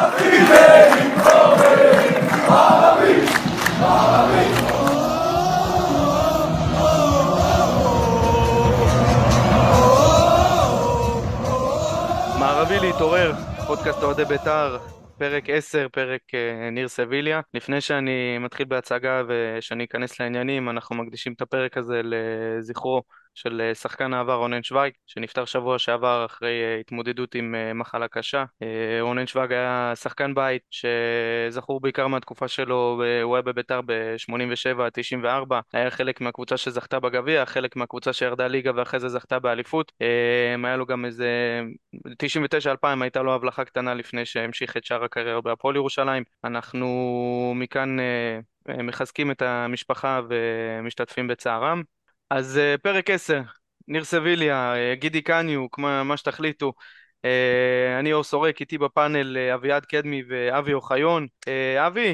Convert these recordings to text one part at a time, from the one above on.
מערבי להתעורר, פודקאסט אוהדי בית"ר, פרק 10, פרק ניר סביליה. לפני שאני מתחיל בהצגה ושאני אכנס לעניינים, אנחנו מקדישים את הפרק הזה לזכרו של שחקן העבר רונן שוואג, שנפטר שבוע שעבר אחרי התמודדות עם מחלה קשה. רונן שוואג היה שחקן בית שזכור בעיקר מהתקופה שלו, הוא היה בבית"ר ב-87 עד 94, היה חלק מהקבוצה שזכתה בגביע, חלק מהקבוצה שירדה ליגה ואחרי זה זכתה באליפות. היה לו גם איזה 99-2000 הייתה לו הבלחה קטנה לפני שהמשיך את שאר הקריירה בהפועל ירושלים. אנחנו מכאן מחזקים את המשפחה ומשתתפים בצערם. אז פרק 10, ניר סביליה, גידי קניוק, מה שתחליטו. אני אור סורק, איתי בפאנל אביעד קדמי ואבי אוחיון. אבי,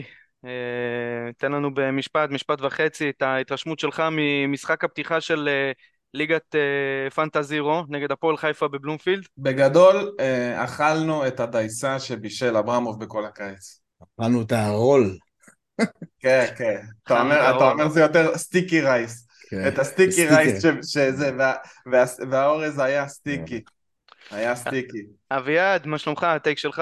תן לנו משפט וחצי את ההתרשמות שלך ממשחק הפתיחה של ליגת פנטזירו נגד הפועל חיפה בבלומפילד. בגדול, אכלנו את הדייסה שבישל אברמוב בכל הקיץ. אכלנו את הרול. כן, כן. אכלנו את אתה הרול. אומר זה יותר סטיקי רייס. כן, את הסטיקי סטיקר. רייס שזה, והאורז היה סטיקי. היה סטיקי. אביעד, מה שלומך? הטייק שלך?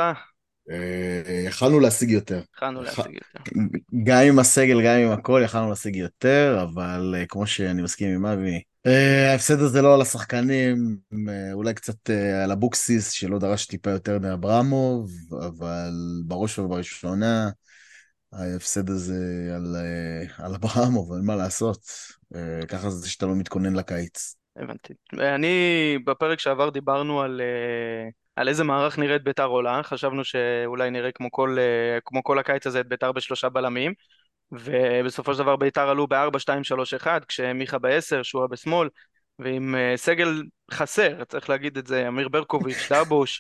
יכלנו להשיג יותר. יכלנו להשיג יותר. גם עם הסגל, גם עם הכל, יכלנו להשיג יותר, אבל כמו שאני מסכים עם אבי, ההפסד הזה לא על השחקנים, אולי קצת על אבוקסיס, שלא דרש טיפה יותר מאברמוב, אבל בראש ובראשונה, ההפסד הזה על אברמוב, אין מה לעשות. ככה זה שאתה לא מתכונן לקיץ. הבנתי. אני, בפרק שעבר דיברנו על איזה מערך נראית בית"ר עולה, חשבנו שאולי נראה כמו כל הקיץ הזה את בית"ר בשלושה בלמים, ובסופו של דבר בית"ר עלו ב-4-2-3-1, כשמיכה ב-10, שועה בשמאל, ועם סגל חסר, צריך להגיד את זה, אמיר ברקוביץ', דאבוש,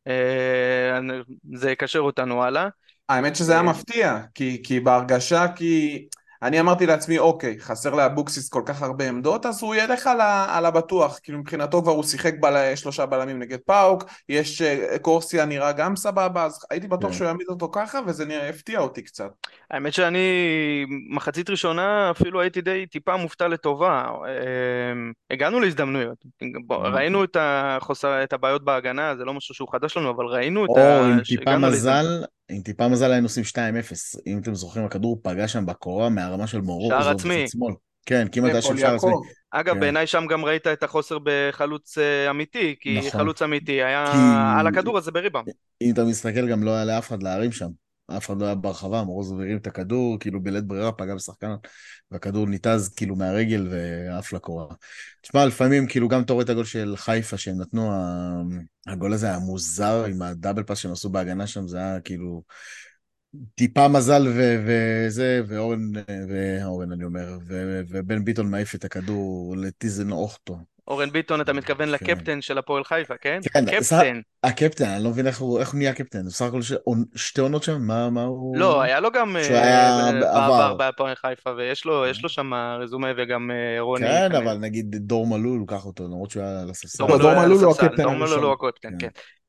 זה יקשר אותנו הלאה. האמת שזה היה מפתיע, כי בהרגשה, אני אמרתי לעצמי, אוקיי, חסר לאבוקסיס כל כך הרבה עמדות, אז הוא ילך על הבטוח, כאילו מבחינתו כבר הוא שיחק שלושה בלמים נגד פאוק, יש קורסיה נראה גם סבבה, אז הייתי בטוח שהוא יעמיד אותו ככה, וזה הפתיע אותי קצת. האמת שאני מחצית ראשונה אפילו הייתי די טיפה מופתע לטובה. הגענו להזדמנויות. ראינו את הבעיות בהגנה, זה לא משהו שהוא חדש לנו, אבל ראינו או עם טיפה שהגענו להזדמנויות. מזל, עם טיפה מזל היינו עושים 2-0. אם אתם זוכרים, הכדור פגע שם בקורה מהרמה של שער מורוזוב עצמי. בצד שמאל. כן, כמעט היה שם פול שער עצמי. יעקב. אגב, כן. בעיניי שם גם ראית את החוסר בחלוץ אמיתי, כי נכון. חלוץ אמיתי היה כי על הכדור הזה בריבם. אם אתה מסתכל, גם לא היה לאף אחד להרים שם. אף אחד לא היה ברחבה, מורוזוב הרים את הכדור, כאילו בלית ברירה פגע בשחקן, והכדור ניתז כאילו מהרגל ועף לקורה. תשמע, לפעמים כאילו גם אתה רואה את הגול של חיפה שהם נתנו, הגול הזה היה מוזר עם הדאבל פאס שהם עשו בהגנה שם, זה היה כאילו טיפה מזל וזה, ואורן אני אומר, ובן ביטון מעיף את הכדור לטיזן אוכטו. אורן ביטון, אתה מתכוון כן. לקפטן של הפועל חיפה, כן? כן, הקפטן. הקפטן, אני לא מבין איך הוא נהיה הקפטן, בסך הכל שתי עונות שם, מה הוא... לא, היה לו גם שהוא היה בעבר בעבר. בהפועל חיפה, ויש לו שם רזומה, וגם רוני. כן, אבל נגיד דור מלול, הוא קח אותו, למרות שהוא היה על הספסל. דור דור מלול מלול הוא הספסל, הקפטן דור מלול הראשון. הוא הקפטן, כן. כן.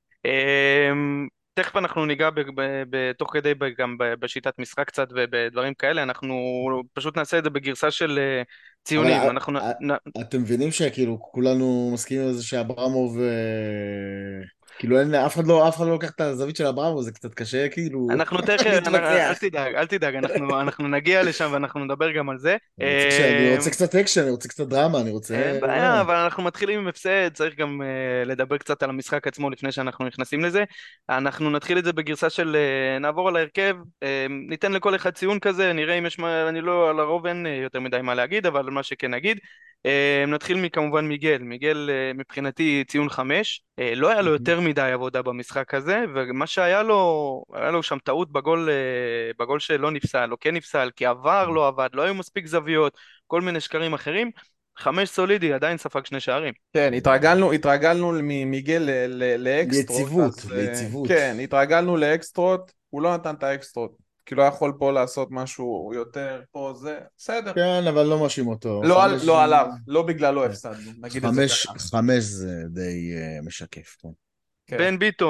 תכף אנחנו ניגע תוך כדי גם בשיטת משחק קצת ובדברים כאלה, אנחנו פשוט נעשה את זה בגרסה של ציונים. אבל אנחנו אתם מבינים שכאילו כולנו מסכימים על זה שאברמוב, כאילו אף אחד לא לוקח את הזווית של אברמוב, זה קצת קשה כאילו אנחנו תכף, להתווכח. אל תדאג, אנחנו נגיע לשם ואנחנו נדבר גם על זה. אני רוצה קצת אקשן, אני רוצה קצת דרמה, אני רוצה... אין בעיה, אבל אנחנו מתחילים עם הפסד, צריך גם לדבר קצת על המשחק עצמו לפני שאנחנו נכנסים לזה. אנחנו נתחיל את זה בגרסה של נעבור על ההרכב, ניתן לכל אחד ציון כזה, נראה אם יש מה, אני לא, על הרוב אין יותר מדי מה להגיד, אבל מה שכן נגיד. נתחיל כמובן מיגל מבחינתי ציון 5, לא היה לו יותר מדי עבודה במשחק הזה, ומה שהיה לו, היה לו שם טעות בגול שלא נפסל, או כן נפסל, כי עבר לא עבד, לא היו מספיק זוויות, כל מיני שקרים אחרים. 5 סולידי, עדיין ספג 2 שערים. כן, התרגלנו ממיגל לאקסטרות. ליציבות. כן, התרגלנו לאקסטרות, הוא לא נתן את האקסטרות. כי לא יכול פה לעשות משהו יותר, פה זה, בסדר. כן, אבל לא מאשים אותו. לא עליו, לא בגללו הפסדנו, נגיד את זה ככה. 5 זה די משקף. כן. בן ביטון,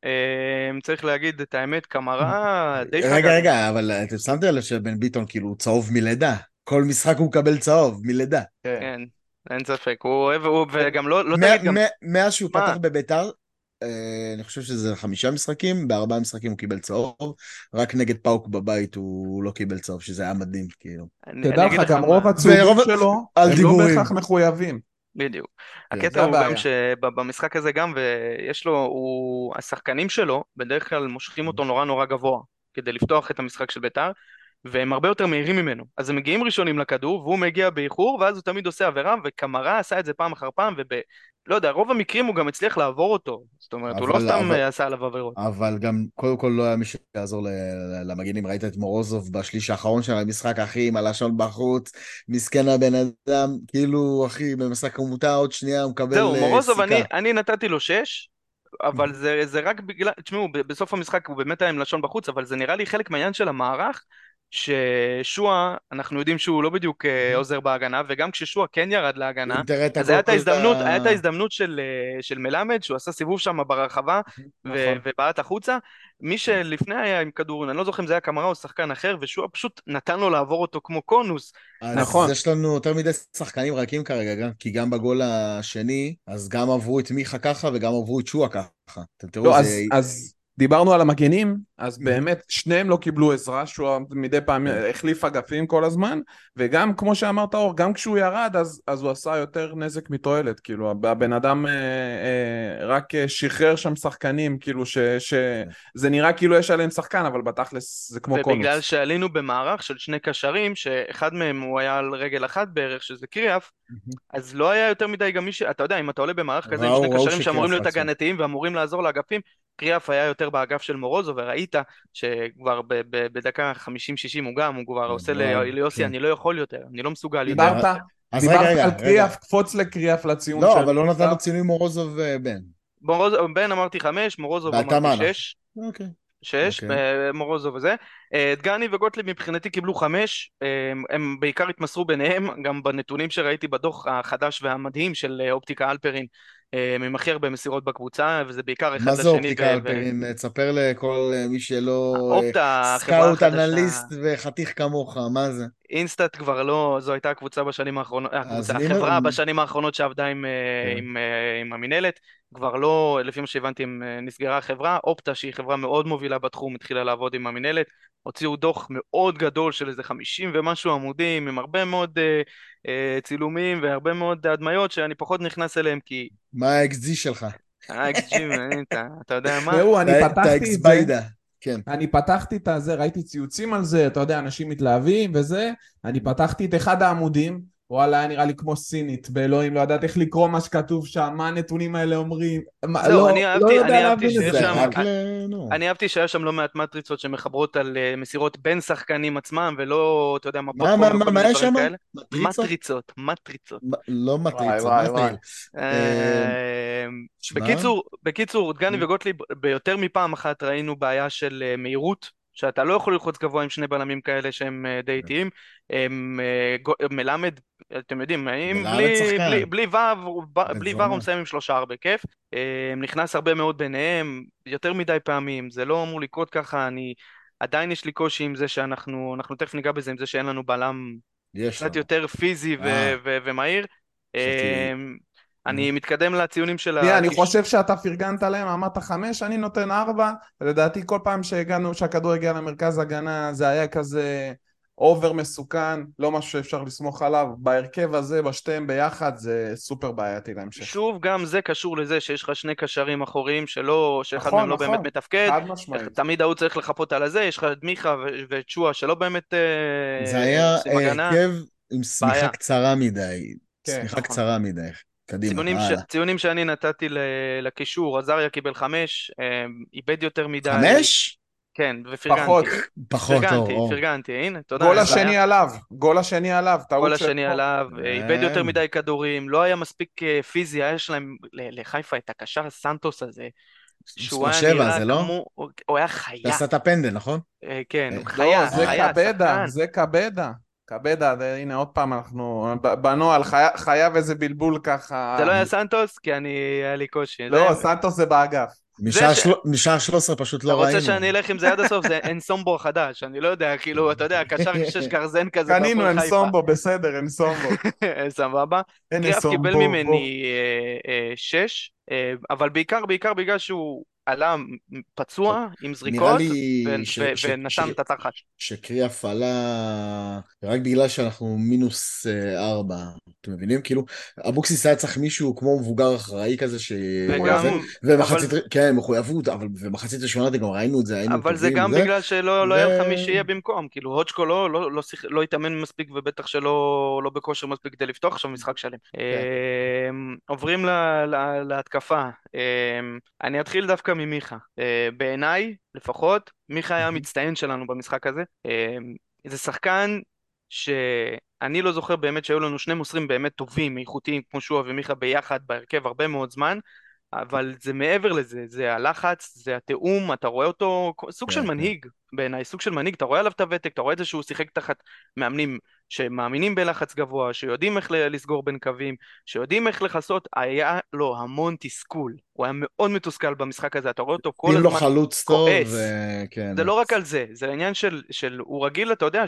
צריך להגיד את האמת, קמרה די חגג. רגע, אבל אתם שמתם לב שבן ביטון כאילו הוא צהוב מלידה. כל משחק הוא מקבל צהוב מלידה. כן. כן, אין ספק, הוא אוהב, וגם לא תמיד גם, מאז שהוא מה, פתח בביתר, אני חושב שזה 5 משחקים, ב4 משחקים הוא קיבל צהוב, רק נגד פאוק בבית הוא לא קיבל צהוב, שזה היה מדהים, כאילו. תדע אני לך, אגיד לך גם מה, רוב הצהובים ורוב- שלו, על הם לא דיבורים. בהכרח מחויבים. בדיוק. כן. הקטע זה הוא גם הבעיה. שבמשחק הזה גם, ויש לו, השחקנים שלו בדרך כלל מושכים אותו נורא נורא גבוה, כדי לפתוח את המשחק של בית"ר, והם הרבה יותר מהירים ממנו. אז הם מגיעים ראשונים לכדור, והוא מגיע באיחור, ואז הוא תמיד עושה עבירה, וקמרה עשה את זה פעם אחר פעם, לא יודע, רוב המקרים הוא גם הצליח לעבור אותו. זאת אומרת, הוא לא אבל, סתם אבל, עשה עליו עבירות. אבל גם, קודם כל לא היה מי שיעזור למגנים, ראית את מורוזוב בשליש האחרון של המשחק, אחי, עם הלשון בחוץ, מסכן הבן אדם, כאילו, אחי, במשחק המותה, עוד שנייה הוא מקבל זהו, מורוזוב, סיכה. אני נתתי לו 6, אבל זה רק בגלל, תשמעו, בסוף המשחק הוא באמת היה עם לשון בחוץ, אבל זה נראה לי חלק מהעניין של המערך, ששועה, אנחנו יודעים שהוא לא בדיוק עוזר בהגנה, וגם כששועה כן ירד אם להגנה, תראה את אז היה את הגול, ההזדמנות של מלמד, שהוא עשה סיבוב שם ברחבה, נכון. ובעט החוצה, מי שלפני היה עם כדור, אני לא זוכר אם זה היה קמרה או שחקן אחר, ושועה פשוט נתן לו לעבור אותו כמו קונוס. אז נכון. יש לנו יותר מדי שחקנים רכים כרגע, כי גם בגול השני, אז גם עברו את מיכה ככה וגם עברו את שועה ככה. אתם תראו, לא, זה... אז דיברנו על המגנים, אז מהמם. באמת שניהם לא קיבלו עזרה, שהוא מדי פעם כן. החליף אגפים כל הזמן, וגם כמו שאמרת אור, גם כשהוא ירד, אז הוא עשה יותר נזק מתועלת, כאילו הבן אדם רק שחרר שם שחקנים, כאילו שזה נראה כאילו יש עליהם שחקן, אבל בתכלס זה כמו ובגלל קונוס. שעלינו במערך של שני קשרים, שאחד מהם הוא היה על רגל אחת בערך, שזה קריאף, מהמם. אז לא היה יותר מדי גם אתה יודע, אם אתה עולה במערך כזה עם שני ראו קשרים שאמורים שקריאף להיות רצו. הגנתיים ואמורים לעזור לאגפים, קריאף היה יותר באגף של מורוזוב, וראית שכבר בדקה 50-60 הוא כבר עושה ליוסי, כן. אני לא יכול יותר, אני לא מסוגל יותר. דיברת, אז רגע, דיברת רגע, על רגע. קריאף, קפוץ לקריאף לציון לא, של אבל לא נתנו אסף. ציונים מורוזוב בן. בן אמרתי 5, מורוזוב ואתה אמרתי מה אנחנו? 6, אוקיי. 6, אוקיי. מורוזוב וזה. דגני וגוטליב מבחינתי קיבלו 5, הם בעיקר התמסרו ביניהם, גם בנתונים שראיתי בדוח החדש והמדהים של אופטיקה אלפרין, הם הכי הרבה מסירות בקבוצה, וזה בעיקר מה אחד זה לשני, אופטיקה אלפרין? תספר לכל מי שלא אופטה, החברה סקאוט החדשה, אנליסט וחתיך כמוך, מה זה? אינסטאט כבר לא, זו הייתה הקבוצה בשנים האחרונות, אז אם... החברה בשנים האחרונות שעבדה כן. עם המינהלת, כבר לא, לפי מה שהבנתי, נסגרה החברה. אופטה, שהיא חברה מאוד מובילה בתחום, התחילה לעבוד עם המינהלת, הוציאו דוח מאוד גדול של איזה 50 ומשהו עמודים, עם הרבה מאוד צילומים והרבה מאוד הדמיות, שאני פחות נכנס אליהם, כי מה ה-XG שלך? ה-XG, אתה יודע מה? תשמעו, אני את פתחתי את זה, האקסביידה. כן. אני פתחתי את זה, ראיתי ציוצים על זה, אתה יודע, אנשים מתלהבים וזה, אני פתחתי את אחד העמודים, וואלה, היה נראה לי כמו סינית, באלוהים, לא יודעת איך לקרוא מה שכתוב שם, מה הנתונים האלה אומרים, זהו, לא יודע אני אהבתי להבין את שיש זה. זה שם, רק נו. אני אהבתי שהיה שם לא מעט מטריצות שמחברות על מסירות בין שחקנים עצמם, ולא, אתה יודע, מפות חום וכל מה מיני יש דברים שם? כאלה. מטריצות? מטריצות. לא וואי מטריצות, וואי מה וואי. סטייל? אה, שמע? בקיצור, דגני וגוטליב, ביותר מפעם אחת ראינו בעיה של מהירות, שאתה לא יכול ללחוץ גבוה עם שני בלמים כאלה שהם די איטיים. מלמד, אתם יודעים, אם מלמד שחקן. בלי בן ור הוא זונה. מסיים עם 3 הרבה כיף. נכנס הרבה מאוד ביניהם, יותר מדי פעמים, זה לא אמור לקרות ככה. עדיין יש לי קושי עם זה אנחנו תכף ניגע בזה, עם זה שאין לנו בלם יש קצת לנו. יותר פיזי אה, ומהיר. חשבתי... אני מתקדם לציונים של תראה, אני חושב שאתה פרגנת להם, אמרת 5, אני נותן 4, לדעתי כל פעם שהכדור הגיע למרכז הגנה, זה היה כזה אובר מסוכן, לא משהו שאפשר לסמוך עליו, בהרכב הזה, בשתיהם ביחד, זה סופר בעייתי להמשך. שוב, גם זה קשור לזה שיש לך שני קשרים אחוריים שאחד מהם נכון, לא באמת נכון, מתפקד, חד משמעית. תמיד ההוא צריך לחפות על הזה, יש לך את מיכה ואת שועה שלא באמת זה היה עושים הגנה, הרכב עם שמיכה בעיה. קצרה מדי. כן, שמיכה נכון. קצרה מדי. קדימה, הלאה. ציונים שאני נתתי לקישור, עזריה קיבל 5, איבד יותר מדי, 5? כן, פחות. ופרגנתי, פחות, אור. פרגנתי, הנה, תודה, גול אין בעיה. השני עליו, גול השני עליו, גול טעות של... השני עליו, איבד יותר כן. מדי כדורים, לא היה מספיק פיזי, היה שלהם לחיפה את הקשר סנטוס הזה, שהוא מספר היה 7, נראה זה לא? כמו, הוא היה אתה חיה, עשת הפנדל, נכון? כן, לא, חיה, זה חיה, קבדה, שחקן. זה קבדה. קבדה, הנה עוד פעם אנחנו בנוהל, חייב איזה בלבול ככה. זה לא היה סנטוס, כי היה לי קושי. לא, סנטוס זה באגף. משעה 13 פשוט אתה לא רוצה ראינו. שאני אלך עם זה עד הסוף, זה אנסומבו החדש, אני לא יודע, כאילו, אתה יודע, קשר שש גרזן כזה קנינו בהפועל חיפה. אנסומבו, בסדר, אנסומבו. סבבה. אין קריאף קיבל אנסומבו, בוא. ממני 6, אבל בעיקר בגלל שהוא עלה פצוע עם נראה זריקות לי ונתן את התחת. שקריאף עלה רק בגלל שאנחנו מינוס 4, אתם מבינים? כאילו, אבוקסיס היה צריך מישהו כמו מבוגר אחראי כזה שיעשה, וגם, אבל ומחצית, כן, מחויבות, אבל במחצית ראשונה גם ראינו את זה, היינו אבל זה טובים גם וזה, בגלל שלא לא היה לך מי שיהיה במקום, כאילו הוצ'קו לא התאמן מספיק ובטח לא בכושר מספיק כדי לפתוח עכשיו משחק שלם. כן. עוברים להתקפה. אני אתחיל דווקא ממיכה. בעיניי, לפחות, מיכה היה המצטיין שלנו במשחק הזה. זה שחקן שאני לא זוכר באמת שהיו לנו שני מוסרים באמת טובים, איכותיים, כמו שועה ומיכה ביחד בהרכב הרבה מאוד זמן. אבל זה מעבר לזה, זה הלחץ, זה התיאום, אתה רואה אותו, סוג של כן, כן. מנהיג בעיניי, סוג של מנהיג, אתה רואה עליו את הוותק, אתה רואה את זה שהוא שיחק תחת מאמנים שמאמינים בלחץ גבוה, שיודעים איך לסגור בין קווים, שיודעים איך לכסות, היה לו המון תסכול, הוא היה מאוד מתוסכל במשחק הזה, אתה רואה אותו כל שים לו הזמן חלוץ טוב, כועס, כן. זה לא רק על זה, זה העניין הוא רגיל, אתה יודע,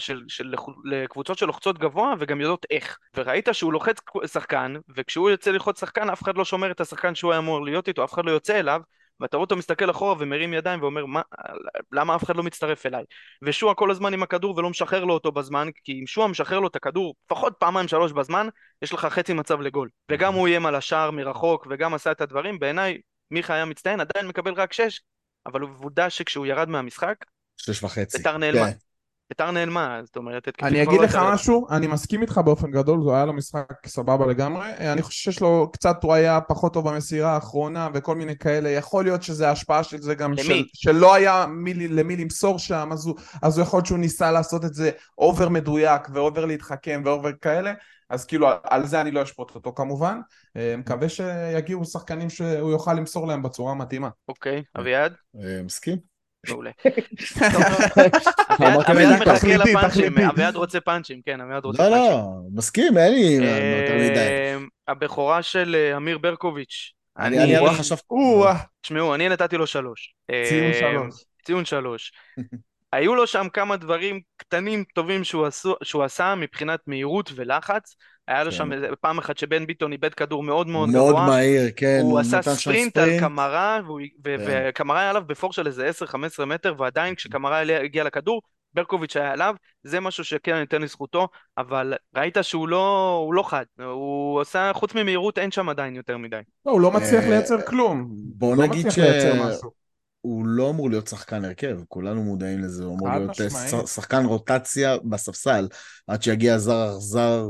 לקבוצות שלוחצות גבוה וגם יודעות איך. וראית שהוא לוחץ שחקן, וכשהוא יוצא ללחוץ שחקן, אף אחד לא שומר את השחקן שהוא היה אמור להיות איתו, אף אחד לא יוצא אליו, ואתה רואה אותו מסתכל אחורה ומרים ידיים ואומר, למה אף אחד לא מצטרף אליי? ושועה כל הזמן עם הכדור ולא משחרר לו אותו בזמן, כי אם שועה משחרר לו את הכדור לפחות פעמיים שלוש בזמן, יש לך חצי מצב לגול. וגם הוא איים על השער מרחוק, וגם עשה את הדברים, בעיניי מיכה היה מצטיין, עדיין מקבל רק 6, אבל עובדה שכשהוא ירד מהמשחק, 6.5. ביתר נעלמה. כן. ביתר נעלמה, זאת אומרת, התקפית אני כבר אגיד לא לך הייתה רלוונטית. משהו, אני מסכים איתך באופן גדול, זה היה לו משחק סבבה לגמרי, אני חושב שיש לו קצת, הוא היה פחות טוב במסירה האחרונה וכל מיני כאלה, יכול להיות שזה ההשפעה של זה גם למי? שלא היה למי למסור שם, אז הוא יכול להיות שהוא ניסה לעשות את זה אובר מדויק ואובר להתחכם ואובר כאלה, אז כאילו על זה אני לא אשפוט אותו כמובן, מקווה שיגיעו שחקנים שהוא יוכל למסור להם בצורה מתאימה. אוקיי, אביעד? מסכים? מעולה. טוב מאוד. אמרתם אביעד לי מחכה תכליתי, לפאנצ'ים, תכליתי. אביעד רוצה פאנצ'ים, כן, אביעד רוצה לא, פאנצ'ים. לא, מסכים, אין לי יותר מדי. הבכורה של אמיר ברקוביץ', אני אני, רק חשבתי... תשמעו, אני נתתי לו 3. ציון 3. ציון 3. היו לו שם כמה דברים קטנים טובים שהוא עשה מבחינת מהירות ולחץ. היה לו שם פעם אחת שבן ביטון איבד כדור מאוד מאוד מאוד גבוה. מהיר, כן, הוא הוא עשה נתן שם ספרינט על ספרינט. קמרה, כן. וקמרה היה עליו בפור של איזה 10-15 מטר, ועדיין כשקמרה הגיע לכדור, ברקוביץ' היה עליו, זה משהו שכן אני אתן לזכותו, אבל ראית שהוא לא חד, הוא עושה, חוץ ממהירות אין שם עדיין יותר מדי. לא, הוא לא מצליח לייצר כלום, בוא לא נגיד מצליח לייצר משהו. הוא לא אמור להיות שחקן הרכב, כולנו מודעים לזה, הוא אמור חד להיות משמעית. שחקן רוטציה בספסל, עד שיגיע זר אכזר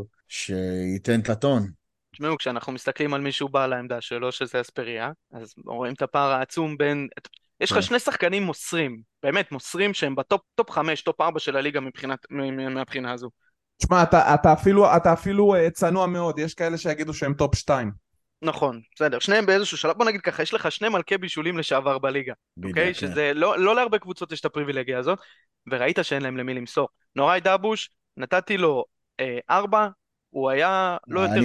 שייתן את הטון. תשמעו, כשאנחנו מסתכלים על מישהו בעל העמדה שלו, שזה אספריה, אז רואים את הפער העצום בין... יש לך שני שחקנים מוסרים, באמת מוסרים שהם בטופ 5, טופ 4 של הליגה מהבחינה הזו. תשמע, אתה אפילו צנוע מאוד, יש כאלה שיגידו שהם טופ 2. נכון, בסדר, שניהם באיזשהו שלב, בוא נגיד ככה, יש לך שני מלכי בישולים לשעבר בליגה, אוקיי? בדיוק, כן. שזה לא להרבה קבוצות יש את הפריבילגיה הזאת, וראית שאין להם למי למסור. נוראי דאבוש, נתתי לו 4, הוא היה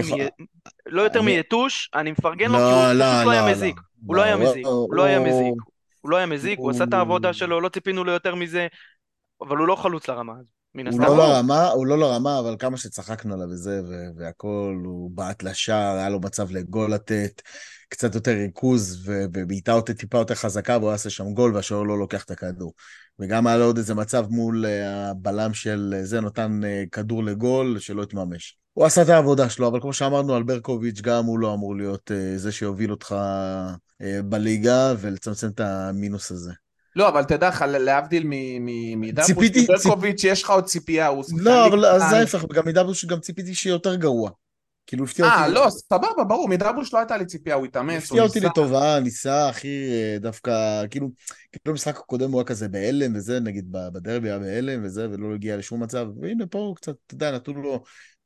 לא יותר מיתוש, אני מפרגן לו כי הוא לא, פשוט לא, לא היה לא, מזיק, הוא לא היה לא, מזיק, הוא לא היה מזיק, הוא לא היה מזיק, הוא עשה את העבודה שלו, לא ציפינו לו יותר מזה, אבל הוא לא חלוץ לרמה הזו, מן הוא הסתם. לא לרמה, אבל כמה שצחקנו עליו וזה, והכל, הוא בעט לשער, היה לו מצב לגול לתת, קצת יותר ריכוז, ובעיטה אותה טיפה יותר חזקה, והוא עשה שם גול, והשוער לא לוקח את הכדור. וגם היה לו עוד איזה מצב מול הבלם של זה, נותן כדור לגול, שלא התממש. הוא עשה את העבודה שלו, אבל כמו שאמרנו על ברקוביץ', גם הוא לא אמור להיות זה שיוביל אותך בליגה, ולצמצם את המינוס הזה. לא, אבל תדע לך, להבדיל מדאבוש, ברקוביץ' יש לך עוד ציפייה, הוא שחקן לא, אבל ליגה. אז ההפך, גם מדאבוש גם ציפיתי שיהיה יותר גרוע. כאילו הפתיע אותי... לא, סבבה, ברור, מדאבוש לא הייתה לי ציפייה, הוא התאמץ, הפתיע הוא אותי ניסה. לטובה, ניסה, הכי דווקא, כאילו במשחק הקודם הוא היה כזה בהלם וזה, נגיד בדרבי היה בהלם וזה, ולא הגיע לשום מצב, והנה פה הוא קצת, אתה יודע, נתנו לו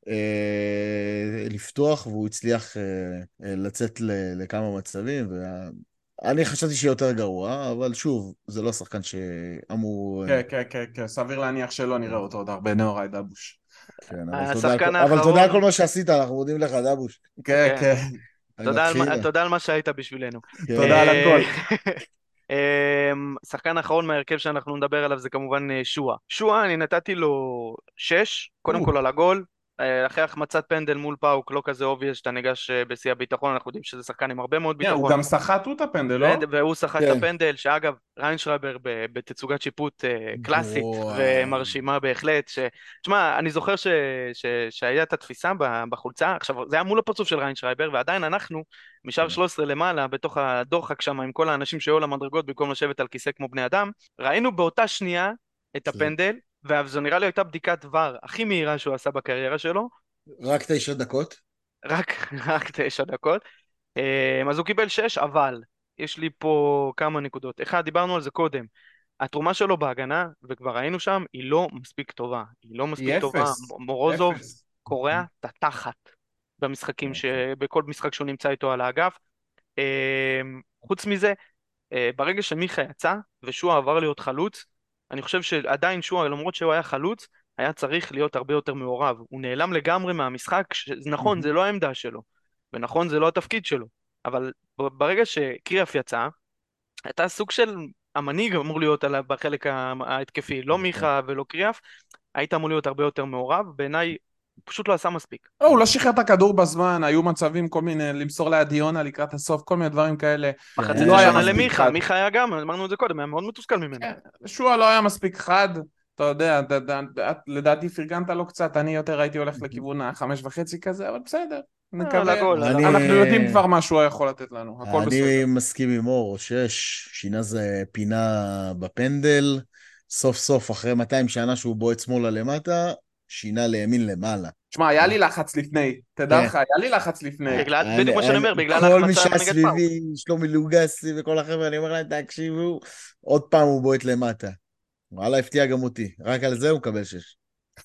לפתוח, והוא הצליח לצאת לכמה מצבים, אני חשבתי שיהיה יותר גרוע, אבל שוב, זה לא שחקן שאמור... כן, סביר להניח שלא נראה אותו עוד הרבה נאורי דאבוש. כן, השחקן אבל תודה על כל האחרון, מה שעשית, אנחנו מודים לך, דבוש. כן. אני מתחיל. תודה על מה שהיית בשבילנו. תודה על הכל. שחקן האחרון מהרכב שאנחנו נדבר עליו זה כמובן שועה. שועה, אני נתתי לו 6, קודם כל על הגול. אחרי החמצת פנדל מול פאוק, לא כזה אובייס שאתה ניגש בשיא הביטחון, אנחנו יודעים שזה שחקן עם הרבה מאוד הוא ביטחון. גם סחט את הפנדל, לא? והוא שחק את כן. הפנדל, שאגב, ריינשרייבר בתצוגת שיפוט קלאסית וואי. ומרשימה בהחלט. תשמע, אני זוכר שהיה את התפיסה בחולצה, עכשיו, זה היה מול הפרצוף של ריינשרייבר, ועדיין אנחנו, משער 13 למעלה, בתוך הדוחק שם, עם כל האנשים שהיו למדרגות, במקום לשבת על כיסא כמו בני אדם, ראינו באותה שנייה את הפנדל, וזו נראה לי הייתה בדיקת ור הכי מהירה שהוא עשה בקריירה שלו, רק 9 דקות. רק 9 דקות. אז הוא קיבל 6, אבל יש לי פה כמה נקודות. אחד, דיברנו על זה קודם. התרומה שלו בהגנה, וכבר ראינו שם, היא לא מספיק טובה. היא לא מספיק היא טובה. אפס. מורוזוב אפס. קורע את התחת במשחקים, בכל משחק שהוא נמצא איתו על האגף. חוץ מזה, ברגע שמיכה יצא, ושועה עבר להיות חלוץ, אני חושב שעדיין שועה, למרות שהוא היה חלוץ, היה צריך להיות הרבה יותר מעורב. הוא נעלם לגמרי מהמשחק, נכון, זה לא העמדה שלו, ונכון, זה לא התפקיד שלו, אבל ברגע שקריאף יצא, הייתה סוג של המנהיג אמור להיות בחלק ההתקפי, לא מיכה ולא קריאף, היית אמור להיות הרבה יותר מעורב, בעיניי הוא פשוט לא עשה מספיק. הוא לא שחרר את הכדור בזמן, היו מצבים כל מיני, למסור לעדיונה לקראת הסוף, כל מיני דברים כאלה. מחצית לא היה ראשונה מספיק למיכה, חד. מיכה היה גם, אמרנו את זה קודם, היה מאוד מתוסכל ממנו. כן, שועה לא היה מספיק חד, אתה יודע, לדעתי פרגנת לו קצת, אני יותר הייתי הולך לכיוון ה5.5 כזה, אבל בסדר, נקווה. לגול, אנחנו יודעים כבר מה שהוא יכול לתת לנו, הכל בסדר. אני מסכים עם אור, 6, שינה זה פינה בפנדל, סוף סוף אחרי 200 שנה שהוא בועט שמאלה למטה, שינה לימין למעלה. תשמע, היה לי לחץ לפני, תדע לך, היה לי לחץ לפני. בדיוק מה שאני אומר, בגלל כל מי ההחמצה שהיה נגד פאוק. סביבי, שלומי לוגסי וכל החבר'ה, אני אומר להם, תקשיבו, עוד פעם הוא בועט למטה. וואלה, הפתיע גם אותי, רק על זה הוא מקבל 6.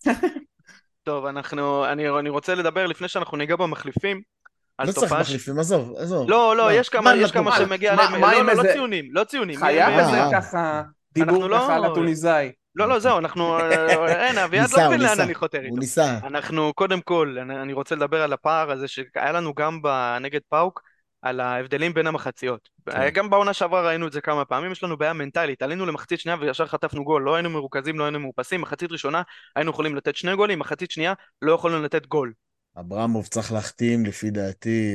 טוב, אני רוצה לדבר לפני שאנחנו ניגע במחליפים, על לא צריך תופעה מחליפים, עזוב. לא, יש מה כמה שמגיע להם, מה עם לא איזה- ציונים, לא ציונים. חייב איזה אה. ככה, דיבור אנחנו לא- ככה על הטוניסאי. לא, זהו, אין, אביעד ניסה, לא הוא מבין לאן ניסה. אני חותר הוא איתו. ניסה. אנחנו, קודם כל, אני רוצה לדבר על הפער הזה שהיה לנו גם נגד פאוק, על ההבדלים בין המחציות. כן. גם בעונה שעברה ראינו את זה כמה פעמים, יש לנו בעיה מנטלית, עלינו למחצית שנייה וישר חטפנו גול, לא היינו מרוכזים, לא היינו מאופסים, מחצית ראשונה היינו יכולים לתת 2 גולים, מחצית שנייה לא יכולנו לתת גול. אברמוב צריך להחתים, לפי דעתי,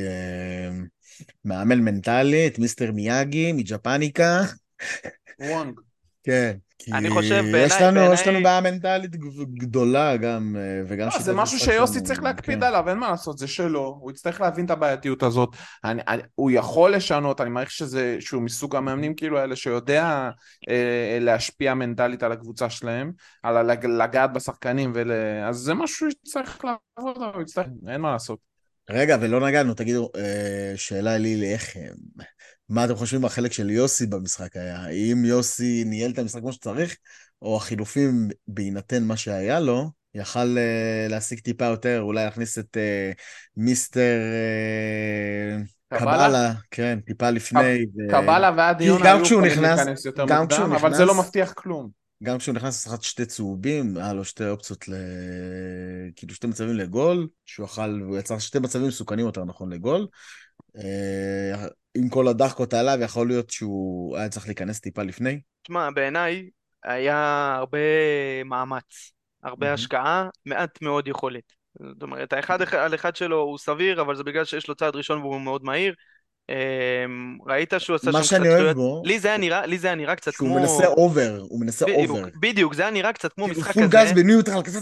מאמן מנטלי, את מיסטר מיאגי, מג'פניקה. וונג. כן. כי אני חושב, יש לנו בעיה מנטלית גדולה גם, וגם זה משהו שיוסי צריך להקפיד עליו, אין מה לעשות, זה שלו, הוא יצטרך להבין את הבעייתיות הזאת, הוא יכול לשנות, אני מעריך שהוא מסוג המאמנים כאילו האלה שיודע להשפיע מנטלית על הקבוצה שלהם, על לגעת בשחקנים, אז זה משהו שצריך לעבוד עליו, אין מה לעשות. רגע, ולא נגענו, תגידו, שאלה לי לאיכם, מה אתם חושבים בחלק של יוסי במשחק היה? האם יוסי ניהל את המשחק כמו שצריך, או החילופים בהינתן מה שהיה לו, יכל להשיג טיפה יותר, אולי להכניס את מיסטר קבלה, כן, טיפה לפני. קבלה ועד יונה היו יכולים להיכנס יותר מוקדם, אבל זה לא מבטיח כלום. גם כשהוא נכנס לשחק 2 צהובים, היה לו 2 אופציות, כאילו 2 מצבים לגול, הוא יצר 2 מצבים מסוכנים יותר נכון לגול. עם כל הדחקות עליו, יכול להיות שהוא היה צריך להיכנס טיפה לפני. תשמע, בעיניי היה הרבה מאמץ, הרבה השקעה, מעט מאוד יכולת. זאת אומרת, האחד על אחד שלו הוא סביר, אבל זה בגלל שיש לו צעד ראשון והוא מאוד מהיר. ראית שהוא עשה שם קצת שטויות. לי זה היה נראה קצת כמו... שהוא מנסה אובר, הוא מנסה אובר. בדיוק, זה היה נראה קצת כמו משחק כזה. פול גז בניוטרל, כזה...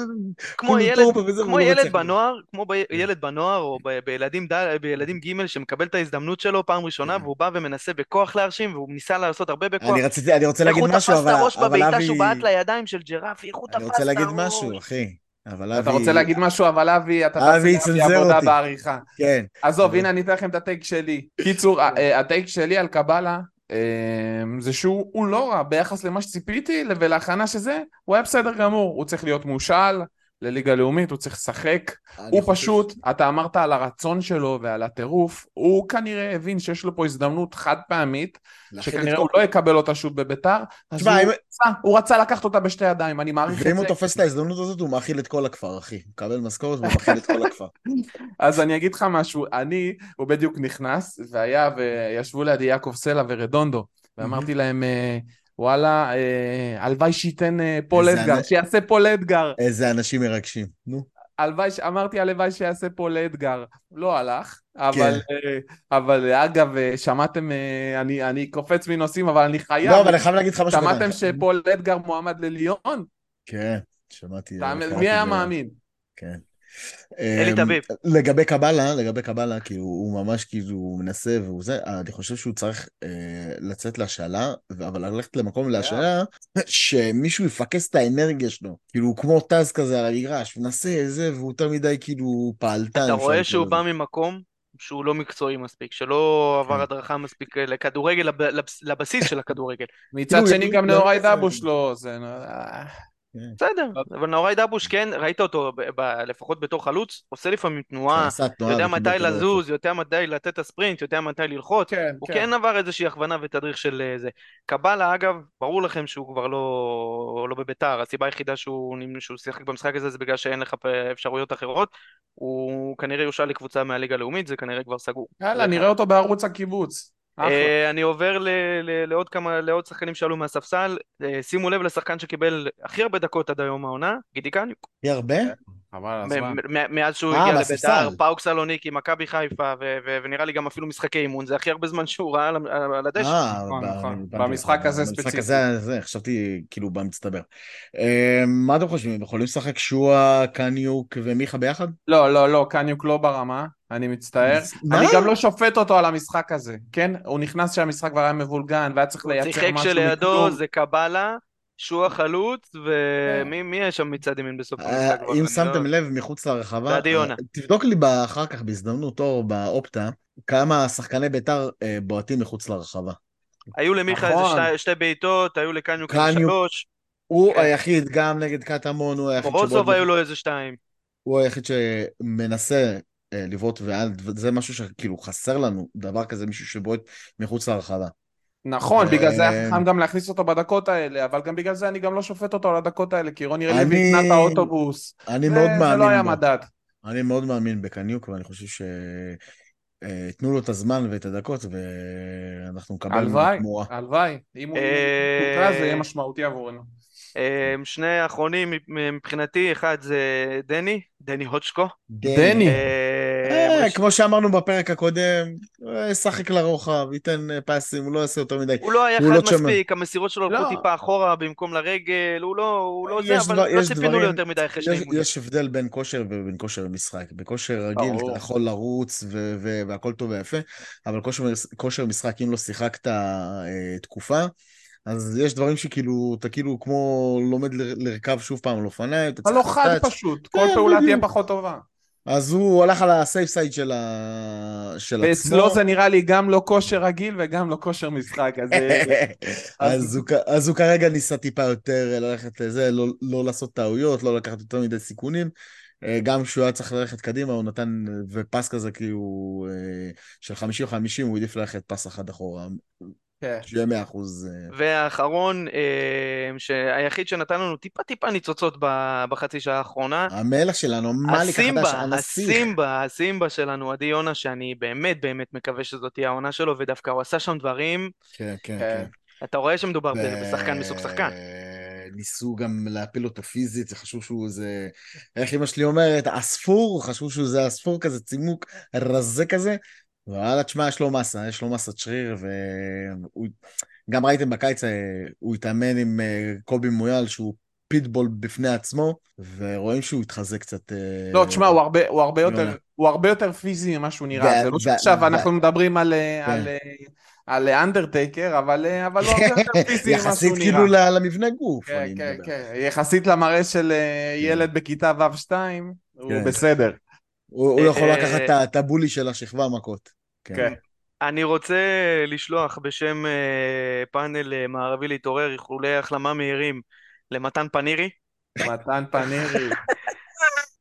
כמו ילד בנוער, או בילדים ג' שמקבל את ההזדמנות שלו פעם ראשונה, והוא בא ומנסה בכוח להרשים, והוא ניסה לעשות הרבה בכוח. אני רוצה להגיד משהו, איך הוא תפס את הראש בביתה שהוא בעט לידיים של ג'רפי, איך הוא תפס את הראש. אני רוצה להגיד משהו, אחי. אתה רוצה להגיד משהו, אבל אבי, אתה תעשה עבודה בעריכה. כן. עזוב, הנה אני אתן לכם את הטייק שלי. קיצור, הטייק שלי על קבלה, זה שהוא לא רע ביחס למה שציפיתי, ולהכנה שזה, הוא היה בסדר גמור. הוא צריך להיות מושל, לליגה לאומית, הוא צריך לשחק. אני הוא חושב פשוט, אתה אמרת על הרצון שלו ועל הטירוף, הוא כנראה הבין שיש לו פה הזדמנות חד פעמית, להכיל את שכנראה כל... הוא לא יקבל אותה שוב בביתר, אז תשמע, הוא רצה לקחת אותה בשתי ידיים, אני מעריך ואם את הוא זה. תופס את ההזדמנות הזאת, הוא מאכיל את כל הכפר, אחי. הוא מקבל משכורת והוא מאכיל את כל הכפר. אז אני אגיד לך משהו, הוא בדיוק נכנס, וישבו לידי יעקב סלע ורדונדו, ואמרתי להם, וואלה, הלוואי שייתן פול אדגר, שיעשה פול אדגר. איזה אנשים מרגשים. נו. אמרתי הלוואי שיעשה פול אדגר, לא הלך, כן. אבל אגב, שמעתם, אני קופץ מנושאים, אבל אני חייב, לא, אבל אני חייב להגיד לך משהו קטן. שמעתם שפול אדגר מועמד לליון? כן, שמעתי. מי היה מאמין? כן. אלי טביב. לגבי קבלה, כאילו, הוא ממש כאילו, הוא מנסה והוא זה, אני חושב שהוא צריך לצאת להשאלה, אבל ללכת למקום להשאלה, שמישהו יפקס את האנרגיה שלו. כאילו, הוא כמו טז כזה על המגרש, מנסה זה, והוא יותר מדי כאילו פעלתן. אתה רואה שהוא בא ממקום שהוא לא מקצועי מספיק, שלא עבר הדרכה מספיק לכדורגל, לבסיס של הכדורגל. מצד שני גם נאורי דבוש לא, זה... בסדר, אבל נאורי דבוש כן, ראית אותו לפחות בתור חלוץ, עושה לפעמים תנועה, יודע מתי לזוז, יודע מתי לתת את הספרינט, יודע מתי ללחוץ, הוא כן עבר איזושהי הכוונה ותדריך של זה. קבלה אגב, ברור לכם שהוא כבר לא בביתר, הסיבה היחידה שהוא שיחק במשחק הזה זה בגלל שאין לך אפשרויות אחרות, הוא כנראה יושל לקבוצה מהליגה הלאומית, זה כנראה כבר סגור. יאללה, נראה אותו בערוץ הקיבוץ. אני עובר לעוד שחקנים שעלו מהספסל. שימו לב לשחקן שקיבל הכי הרבה דקות עד היום העונה, גידי קניוק. הכי הרבה? מאז שהוא הגיע לביתר, פאוק סלוניקי, מכבי חיפה, ונראה לי גם אפילו משחקי אימון, זה הכי הרבה זמן שהוא ראה על הדשא. במשחק הזה ספציפי. במשחק הזה, חשבתי כאילו במצטבר. מה אתם חושבים? יכולים לשחק שועה, קניוק ומיכה ביחד? לא, קניוק לא ברמה, אני מצטער. אני גם לא שופט אותו על המשחק הזה, כן? הוא נכנס שהמשחק כבר היה מבולגן, והיה צריך לייצר משהו מכלום. שיחק שלידו זה קבלה, שועה חלוץ, ומי יש שם מצד ימין בסוף המשחק? אם שמתם לב מחוץ לרחבה, תבדוק לי אחר כך בהזדמנות או באופטה, כמה שחקני ביתר בועטים מחוץ לרחבה. היו למיכה איזה שתי בעיטות, היו לקניוק איזה 3. הוא היחיד, גם נגד קטמון, הוא היחיד מורוזוב היו לו איזה 2. הוא היחיד שמנסה לבעוט, וזה משהו שכאילו חסר לנו, דבר כזה, מישהו שבועט מחוץ לרחבה. נכון, בגלל זה היה חכם גם להכניס אותו בדקות האלה, אבל גם בגלל זה אני גם לא שופט אותו על הדקות האלה, כי רוני לוי קנה את האוטובוס, זה לא היה מדד. אני מאוד מאמין בקניוק, ואני חושב תנו לו את הזמן ואת הדקות, ואנחנו נקבל תמורה. הלוואי, אם הוא תוקע זה יהיה משמעותי עבורנו. שני האחרונים מבחינתי, אחד זה דני הוצ'קו. דני. כמו שאמרנו בפרק הקודם, שחק לרוחב, ייתן פסים, הוא לא יעשה יותר מדי. הוא לא היה חד מספיק, המסירות שלו הלכו טיפה אחורה במקום לרגל, הוא לא זה, אבל לא ציפינו לו יותר מדי אחרי שנים. יש הבדל בין כושר ובין כושר משחק. בכושר רגיל אתה יכול לרוץ והכל טוב ויפה, אבל כושר משחק, אם לא שיחקת תקופה, אז יש דברים שכאילו, אתה כאילו כמו לומד לרכב שוב פעם על אופניים. אתה לא חד פשוט, כל פעולה תהיה פחות טובה. אז הוא הולך על הסייף סייד של עצמו. ואצלו זה נראה לי גם לא כושר רגיל וגם לא כושר משחק. אז הוא כרגע ניסה טיפה יותר ללכת לזה, לא לעשות טעויות, לא לקחת יותר מדי סיכונים. גם כשהוא היה צריך ללכת קדימה, הוא נתן, ופס כזה כאילו של 50-50, הוא העדיף ללכת פס אחד אחורה. שיהיה 100%. והאחרון, שהיחיד שנתן לנו טיפה ניצוצות בחצי שעה האחרונה, המלך שלנו, מאליק החדש, הנסיך. הסימבה שלנו, עדי יונה, שאני באמת מקווה שזאת תהיה העונה שלו, ודווקא הוא עשה שם דברים. כן. אתה רואה שמדובר בשחקן מסוג שחקן. ניסו גם להפיל אותו פיזית, זה חשוב שהוא זה, איך אמא שלי אומרת, אספור, חשוב שהוא זה אספור כזה, צימוק רזה כזה, וואלה, תשמע, יש לו מסת שריר, וגם ראיתם בקיץ, הוא התאמן עם קובי מויאל, שהוא פיטבול בפני עצמו, ורואים שהוא התחזק קצת. לא, תשמע, הוא הרבה יותר פיזי ממה שהוא נראה, זה לא שעכשיו אנחנו מדברים על אנדרטייקר, אבל לא הרבה יותר פיזי ממה שהוא נראה. יחסית כאילו למבנה גוף. כן, יחסית למראה של ילד בכיתה ו'2, הוא בסדר. הוא יכול לקחת את הבולי של השכבה מכות. כן. אני רוצה לשלוח בשם פאנל מערבי להתעורר איחולי החלמה מהירים למתן פנירי. מתן פנירי.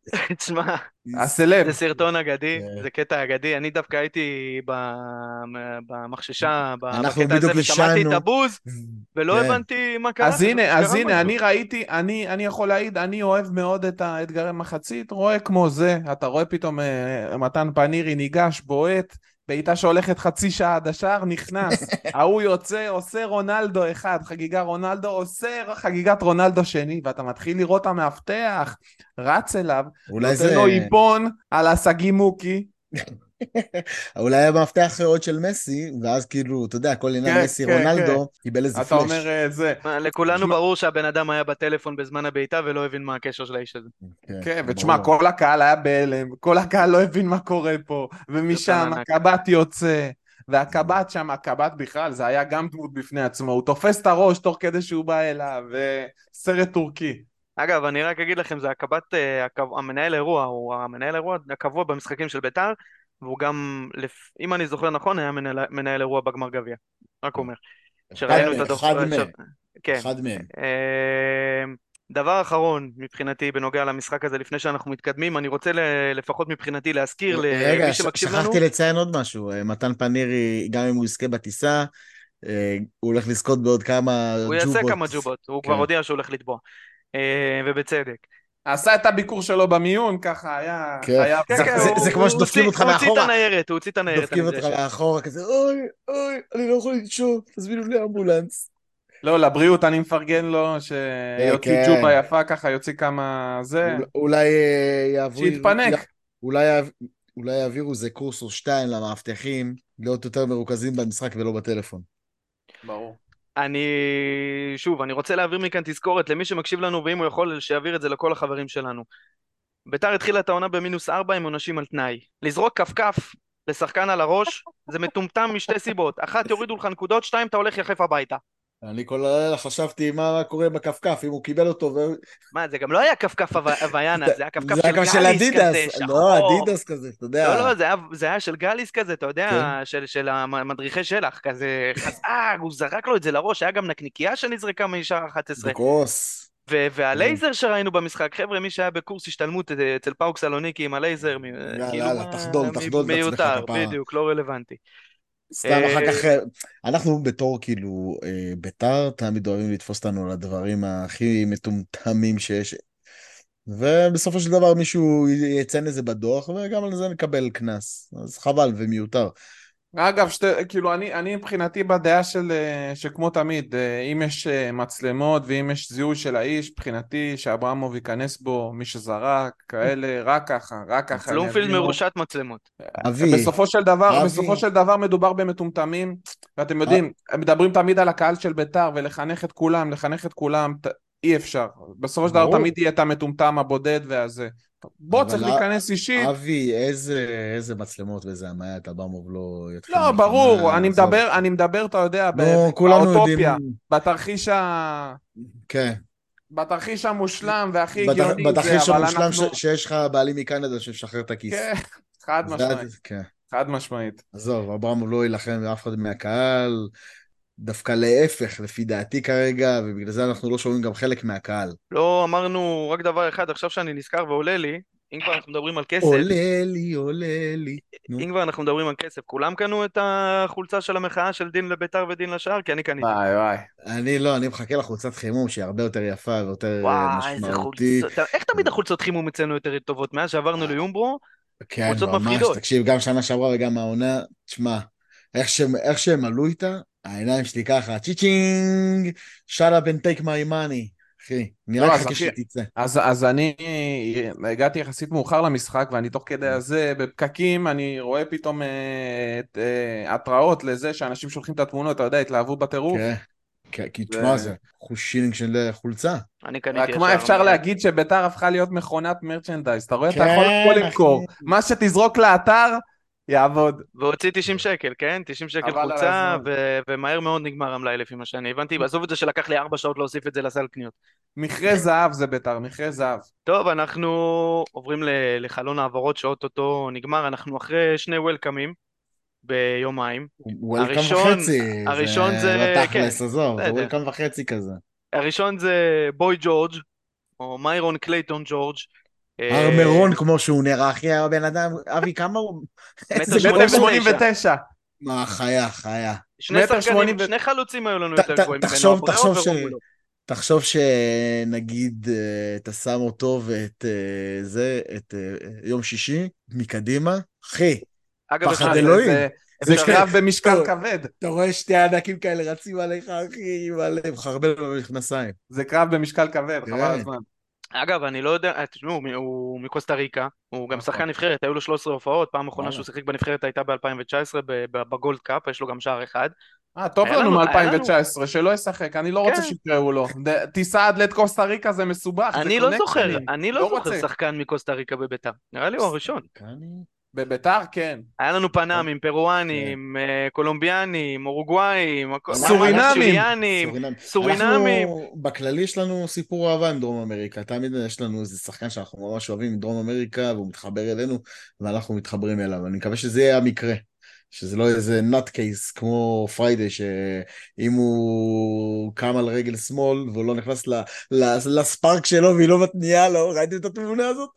תשמע, זה הסלב. סרטון אגדי, כן. זה קטע אגדי. אני דווקא הייתי במחששה אנחנו בקטע הזה בדיוק ושמעתי את אישנו, הבוז ולא כן. הבנתי מה קרה, אז חשבתי הנה, אז שקרה הנה, משהו. אני ראיתי, אני יכול להעיד, אני אוהב מאוד את האתגרי מחצית, רואה כמו זה, אתה רואה פתאום מתן פנירי ניגש, בועט, בעיטה שהולכת חצי שעה עד השער, נכנס, ההוא יוצא, עושה רונלדו אחד, חגיגה רונלדו, עושה חגיגת רונלדו שני, ואתה מתחיל לראות המאבטח, רץ אליו, אולי נותן לו זה, איפון על הסגי מוקי, אולי היה מפתח עוד של מסי, ואז כאילו, אתה יודע, כל עניין כן, מסי כן, כן, רונלדו, קיבל איזה אתה אומר פלאש. זה, לכולנו תשמע, ברור שהבן אדם היה בטלפון בזמן הבעיטה ולא הבין מה הקשר של האיש הזה. כן, כן, ותשמע, ברור. כל הקהל היה בהלם, כל הקהל לא הבין מה קורה פה, סרטון ומשם ענק. הקב"ט יוצא, והקב"ט שם, הקב"ט בכלל, זה היה גם דמות בפני עצמו, הוא תופס את הראש תוך כדי שהוא בא אליו, וסרט טורקי. אגב, אני רק אגיד לכם, זה הקב"ט, המנהל אירוע, הוא המנהל אירוע הקבוע במשחקים של בית"ר, והוא גם, אם אני זוכר נכון, היה מנהל אירוע בגמר גביע. רק אומר. שראינו את הדוח... כן. אחד מהם. דבר אחרון מבחינתי בנוגע למשחק הזה, לפני שאנחנו מתקדמים, אני רוצה לפחות מבחינתי להזכיר רגע, למי שמקשיב לנו, שכחתי לציין עוד משהו. מתן פנירי, גם אם הוא יזכה בטיסה, הוא הולך לזכות בעוד כמה הוא יעשה ג'ובות. כמה ג'ובות, הוא כבר כן. הודיע שהוא הולך לתבוע, ובצדק. עשה את הביקור שלו במיון, ככה היה כן. חייב, כן, כן, ככה. זה כמו שדופקים אותך הוא הוציא את מאחורה, הניירת, הוא הוציא את הניירת דופקים אותך הנדרשת. מאחורה כזה, אוי, אוי, אני לא יכול לנשום, תזמינו לי אמבולנס. לא, לבריאות אני מפרגן לו, כן, שיוציא כן. ג'ובה יפה, ככה יוציא כמה זה, אולי יעביר, שיתפנק. אולי אולי יעבירו איזה קורס או שתיים למאבטחים, להיות יותר מרוכזים במשחק ולא בטלפון. ברור. אני, שוב, אני רוצה להעביר מכאן תזכורת למי שמקשיב לנו, ואם הוא יכול, שיעביר את זה לכל החברים שלנו. ביתר התחילה את העונה ב-4- עם עונשים על תנאי. לזרוק כפכף לשחקן על הראש, זה מטומטם משתי סיבות. אחת, יורידו לך נקודות, שתיים, אתה הולך יחף הביתה. אני כל הלילה חשבתי מה קורה בכפכף, אם הוא קיבל אותו מה, זה גם לא היה כפכף הוויאנה, זה היה כפכף זה היה של כמו של גליס כזה, אדידס, לא, שחור. אדידס כזה, אתה לא, יודע. לא, זה היה של גליס כזה, אתה כן, יודע, של המדריכי שלח, כזה חזק, הוא זרק לו את זה לראש, היה גם נקניקייה שנזרקה משער 11. בקרוס. כן. והלייזר שראינו במשחק, חבר'ה, מי שהיה בקורס השתלמות אצל פאוק סלוניקי עם הלייזר, יאללה, כאילו יאללה, תחדול את עצמך מיותר, כפרה. בדיוק, לא רלוונטי. סתם אחר כך, אנחנו בתור כאילו בית"ר, תמיד אוהבים לתפוס אותנו על הדברים הכי מטומטמים שיש. ובסופו של דבר מישהו יציין לזה בדוח, וגם על זה נקבל קנס. אז חבל ומיותר. אגב, כאילו, אני מבחינתי בדעה שכמו תמיד, אם יש מצלמות ואם יש זיהוי של האיש, מבחינתי שאברמוב ייכנס בו, מי שזרק, כאלה, רק ככה בלומפילד יבינו. מרושת מצלמות. אבי, בסופו של דבר מדובר במטומטמים, ואתם יודעים, הם מדברים תמיד על הקהל של בית"ר, ולחנך את כולם, אי אפשר. בסופו של דבר ברור. תמיד יהיה את המטומטם הבודד והזה. בוא, צריך להיכנס אישית. אבי, איזה מצלמות ואיזה המעט, אברמוב לא יתחיל לא, מלחמה. ברור, עזוב. אני מדבר, אתה יודע, נו, כולנו יודעים. באוטופיה, כן. בתרחיש המושלם והכי הגיוני זה, בתרחיש אבל המושלם אנחנו... שיש לך בעלים מקנדה שמשחרר את הכיס. כן, חד משמעית, כן. חד משמעית. עזוב, אברמוב לא יילחם באף אחד מהקהל, דווקא להפך, לפי דעתי כרגע, ובגלל זה אנחנו לא שומעים גם חלק מהקהל. לא אמרנו רק דבר אחד, עכשיו שאני נזכר ועולה לי, אם כבר אנחנו מדברים על כסף, עולה לי. נו. אם כבר אנחנו מדברים על כסף, כולם קנו את החולצה של המחאה של דין לביתר ודין לשער? כי אני קניתי. וואי וואי. אני מחכה לחולצת חימום שהיא הרבה יותר יפה ויותר וואי, איזה משמעותית. חולצות. איך תמיד החולצות חימום אצלנו יותר טובות? מאז שעברנו ליומברו, כן, חולצות ממש, מפחידות. תקשיב, גם שנה שעברה וגם העונה, תשמע, איך שהם עלו איתה, העיניים שלי ככה, צ'יצ'ינג, shut up and take my money, אחי, אני לא, רק אז חכה אחי, שהיא תצא. אז אני הגעתי יחסית מאוחר למשחק, ואני תוך כדי הזה, בפקקים, אני רואה פתאום התראות לזה שאנשים שולחים את התמונות, אתה יודע, התלהבו בטירוף. כן, כי תשמע, זה שילינג של חולצה. אני קניתי רק ישר. מה אפשר להגיד שביתר הפכה להיות מכונת מרצ'נדייז, אתה רואה, אתה כן, יכול הכל למכור, אחי. מה שתזרוק לאתר, יעבוד. והוציא 90 שקל, כן? 90 שקל חבל על חולצה, הזמן. ומהר מאוד נגמר המלאי לפי מה שאני הבנתי. עזוב את זה שלקח לי 4 שעות להוסיף את זה לסל קניות. מכרה זהב זה ביתר, מכרה זהב. טוב, אנחנו עוברים לחלון העברות שאו-טו-טו נגמר. אנחנו אחרי שני וולקאמים ביומיים. וולקאם וחצי, הראשון זה זה... בתכלס, עזוב, זה בסדר. וולקאם וחצי כזה. הראשון זה בוי ג'ורג', או מיירון קלייטון ג'ורג', הר מירון כמו שהוא נראה, אחי, הבן אדם, אבי, כמה הוא... מטר איזה מטר שמונים גובה. שמונים ותשע. ותשע. מה, חיה, חיה. שני מטר שחקנים, שמונים ו... שני חלוצים היו לנו יותר גבוהים ממנו, תחשוב, אבראו ורומולו. תחשוב שנגיד אתה שם אותו ואת זה, את יום שישי מקדימה, אחי, אגב, פחד אפשרי. אלוהים. זה אפשרי. קרב במשקל כבד. אתה רואה שתי ענקים כאלה רצים עליך, אחי, עם הלב, חרבל במכנסיים. זה קרב במשקל כבד, חבל כן. הזמן. אגב, אני לא יודע, תשמעו, הוא מקוסטה ריקה, הוא גם נכון. שחקן נבחרת, היו לו 13 הופעות, פעם אחרונה וואלה. שהוא שיחק בנבחרת הייתה ב-2019 בגולד קאפ, יש לו גם שער אחד. טוב לנו היה לנו, מ-2019, שלא ישחק, אני לא רוצה כן, שיקראו לו. טיסה עד לקוסטה ריקה זה מסובך, זה קונקשנים. אני לא לא זוכר רוצה. שחקן מקוסטה ריקה בביתר, נראה לי הוא הראשון. סטריקני? בביתר כן. היה לנו פנאמים, כן. פירואנים, קולומביאנים, אורוגוואיים, סורינמים. צ'יליאנים, סורינם. סורינמים. אנחנו, בכללי יש לנו סיפור אהבה עם דרום אמריקה. תמיד יש לנו איזה שחקן שאנחנו ממש אוהבים מדרום אמריקה, והוא מתחבר אלינו, ואנחנו מתחברים אליו. אני מקווה שזה יהיה המקרה. שזה לא איזה נאט קייס כמו פריידי, שאם הוא קם על רגל שמאל, והוא לא נכנס לספארק שלו, והיא לא מתניעה לו, ראיתם את התמונה הזאת?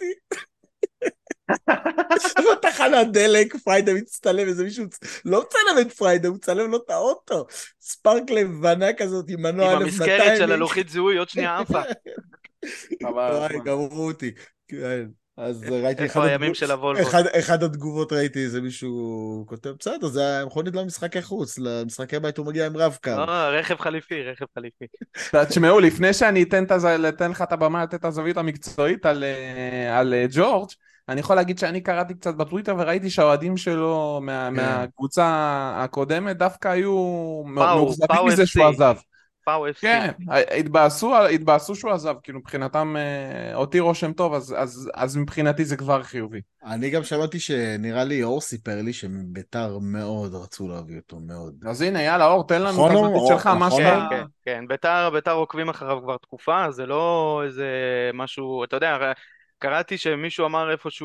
בתחנת דלק, פריידה מצטלם, איזה מישהו, לא מצלם את פריידה, הוא מצלם לו את האוטו, ספארק לבנה כזאת עם מנוע עם 1200. המזכרת של הלוחית זיהוי, עוד שנייה עפה. חבל וואי, הזמן. גמרו אותי. כן. אז ראיתי איפה הימים של הוולבו? אחד התגובות ראיתי, איזה מישהו כותב, בסדר, זה המכונית למשחקי חוץ, למשחקי בית הוא מגיע עם רב-קו. רכב חליפי, רכב חליפי. תשמעו, לפני שאני אתן לך את הבמה, לתת את הזווית המקצועית על ג'ורג', אני יכול להגיד שאני קראתי קצת בטוויטר וראיתי שהאוהדים שלו מהקבוצה הקודמת דווקא היו מאוכזבים מזה שהוא עזב. פאו FC. כן, התבאסו שהוא עזב, כאילו מבחינתם אותי רושם טוב, אז מבחינתי זה כבר חיובי. אני גם שמעתי שנראה לי אור סיפר לי שביתר מאוד רצו להביא אותו, מאוד. אז הנה, יאללה אור, תן לנו את נכון, הזווית אור? שלך, מה נכון, שאתה... כן, כן, ביתר עוקבים אחריו כבר תקופה, זה לא איזה משהו, אתה יודע, קראתי שמישהו אמר איפשהו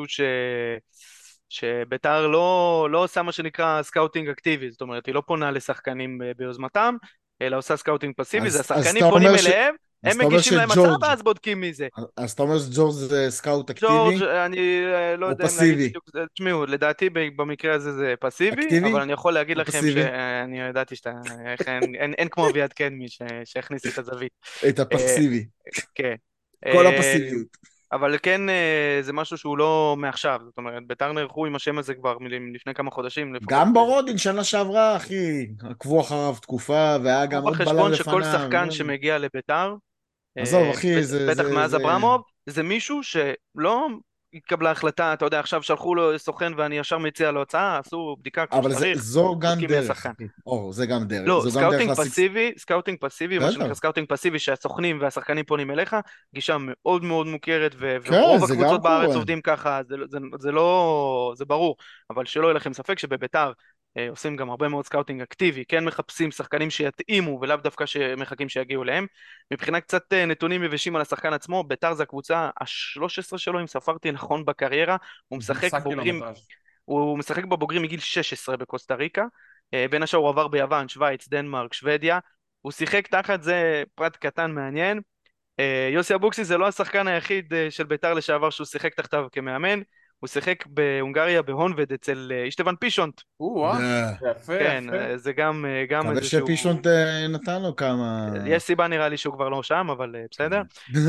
שביתר לא עושה מה שנקרא סקאוטינג אקטיבי, זאת אומרת, היא לא פונה לשחקנים ביוזמתם, אלא עושה סקאוטינג פסיבי, זה אז השחקנים אתה פונים אומר אליהם, אז הם אתה אומר מגישים להם הצעה שג'ורג', ואז בודקים מי זה. אז אתה אומר שג'ורג' זה סקאוט ג'ורג', אקטיבי אני לא או יודע אם להגיד פסיבי? בדיוק, תשמעו, לדעתי במקרה הזה זה פסיבי, אבל אקטיבי אני יכול להגיד או לכם פסיבי? שאני ידעתי אין כמו אביעד קדמי שהכניס לי את הזווית. את אה, הפסיבי, כן. כל אה, הפסיביות. אבל כן, זה משהו שהוא לא מעכשיו, זאת אומרת, בית"ר נערכו עם השם הזה כבר לפני כמה חודשים לפחות. גם ברודין שנה שעברה, אחי, עקבו אחריו תקופה, והיה קחו גם עוד בלם בחשבון שכל לפניו. שחקן שמגיע לבית"ר, עזוב, אחי, זה, בטח זה, מאז זה... אברמוב, זה מישהו שלא התקבלה החלטה, אתה יודע, עכשיו שלחו לו סוכן ואני ישר מציע לו הצעה, עשו בדיקה כמו אבל שצריך, זו גם בודקים מי דרך, השחקן. אחי. אור, זה גם דרך. לא, זו גם דרך להשיג... סקאוטינג פסיבי, מה שנקרא בסדר. סקאוטינג פסיבי, שהסוכנים והשחקנים פונים אליך, גישה מאוד מאוד מוכרת, כן, ורוב זה גם הקבוצות בארץ קורה. עובדים ככה, זה לא, זה ברור, אבל שלא יהיה לכם ספק שבביתר עושים גם הרבה מאוד סקאוטינג אקטיבי, כן מחפשים שחקנים שיתאימו, ולאו דווקא שמחכים שיגיעו להם. מבחינה קצת נתונים יבשים על השחקן עצמו, ביתר זה הקבוצה ה-13 שלו, אם ספרתי נכון בקריירה, הוא משחק משחק בוגרים, קילומטראז'. הוא משחק בבוגרים מגיל 16 בקוסטה ריקה, בין השאר הוא עבר ביוון, שווייץ, דנמרק, שוודיה, הוא שיחק תחת, זה פרט קטן מעניין, יוסי אבוקסיס זה לא השחקן היחיד של ביתר לשעבר שהוא שיחק תחתיו כמאמן, הוא שיחק בהונגריה בהונבד אצל אישטבן פישונט, יפה, כן, יפה. זה גם מקווה איזשהו, שפישונט נתן לו כמה... יש סיבה נראה לי שהוא כבר לא שם, אבל בסדר.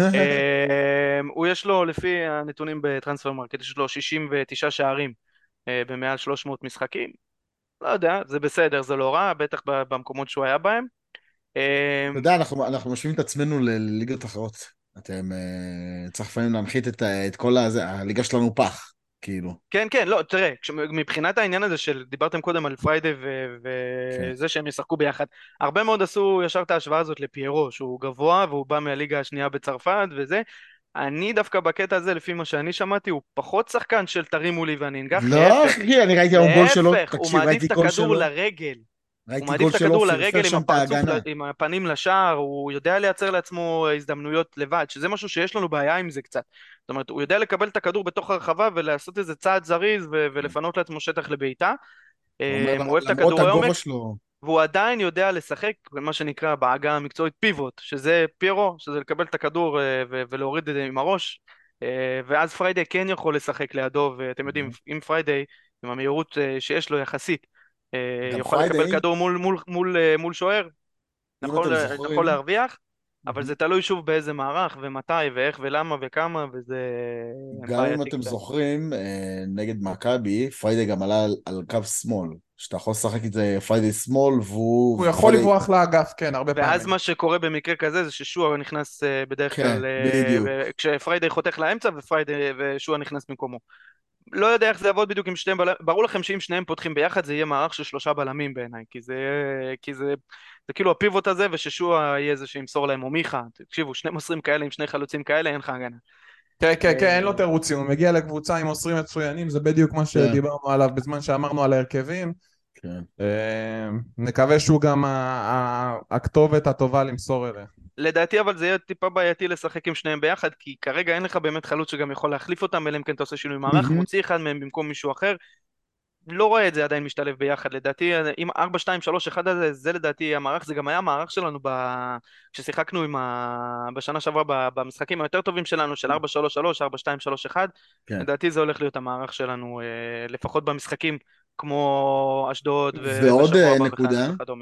הוא יש לו, לפי הנתונים בטרנספר מרקט, יש לו 69 שערים במעל 300 משחקים, לא יודע, זה בסדר, זה לא רע, בטח במקומות שהוא היה בהם. אתה יודע, אנחנו משווים את עצמנו לליגות אחרות. אתם צריך לפעמים להנחית את כל הזה, הליגה שלנו פח, כאילו. כן, כן, לא, תראה, מבחינת העניין הזה של, דיברתם קודם על פריידי כן. וזה שהם ישחקו ביחד, הרבה מאוד עשו ישר את ההשוואה הזאת לפיירו, שהוא גבוה והוא בא מהליגה השנייה בצרפת וזה, אני דווקא בקטע הזה, לפי מה שאני שמעתי, הוא פחות שחקן של תרימו לי ואני אנגח, לא, להפך, אחי, אני ראיתי היום גול שלו, להפך, הוא תקשיב, מעדיף ראיתי את גול הכדור שלו, לרגל, הוא ראיתי מעדיף גול את שלו, הכדור פרפר לרגל עם שם את הפרצוף, ההגנה. עם הפנים לשער, הוא יודע לייצר לעצמו הזדמנויות לבד, שזה משהו שיש לנו בעיה עם זה קצת. זאת אומרת, הוא יודע לקבל את הכדור בתוך הרחבה ולעשות איזה צעד זריז ולפנות לעצמו שטח לבעיטה. הוא אומר, הוא אוהב את למרות הכדורי הגובה עומק, שלו, והוא עדיין יודע לשחק במה שנקרא בעגה המקצועית פיבוט, שזה פיירו, שזה לקבל את הכדור ולהוריד את זה עם הראש. ואז פריידי כן יכול לשחק לידו, ואתם יודעים, אם פריידי, עם המהירות שיש לו יחסית, גם יוכל לקבל פריידי, כדור מול שוער, אם נכון, אתם יכול זוכרים, להרוויח, אבל זה תלוי שוב באיזה מערך, ומתי, ואיך, ולמה, וכמה, וזה גם אם בעייתי אתם קצת. זוכרים, נגד מכבי, פריידי גם עלה על קו שמאל, שאתה יכול לשחק את זה פריידי שמאל, הוא והוא יכול פריידי, לברוח לאגף, כן, הרבה ואז פעמים. מה שקורה במקרה כזה זה ששועה נכנס בדרך כן, כלל, בדיוק. כשפריידי חותך לאמצע ושועה נכנס במקומו. לא יודע איך זה יעבוד בדיוק עם שניהם בלמים, ברור לכם שאם שניהם פותחים ביחד זה יהיה מערך של שלושה בלמים בעיניי, כי זה כאילו הפיבוט הזה, וששועה יהיה זה שימסור להם, או מיכה, תקשיבו, שני מוסרים כאלה עם שני חלוצים כאלה, אין לך הגנה. כן, כן, כן, אין לו אה, תירוצים, הוא מגיע לקבוצה עם מוסרים מצוינים, זה בדיוק מה כן, שדיברנו עליו בזמן שאמרנו על ההרכבים. כן. נקווה שהוא גם הכתובת הטובה למסור אליה. לדעתי אבל זה יהיה טיפה בעייתי לשחק עם שניהם ביחד, כי כרגע אין לך באמת חלוץ שגם יכול להחליף אותם, אלא אם כן אתה עושה שינוי מערך, מהמם. מוציא אחד מהם במקום מישהו אחר. לא רואה את זה עדיין משתלב ביחד, לדעתי אם 4-2-3-1 הזה, זה לדעתי המערך, זה גם היה המערך שלנו כששיחקנו בשנה שעברה במשחקים היותר טובים שלנו של 4-3-3, 4-2-3-1, כן. לדעתי זה הולך להיות המערך שלנו, לפחות במשחקים כמו אשדוד ועוד ובשבוע הבא נקודה, וכדומה.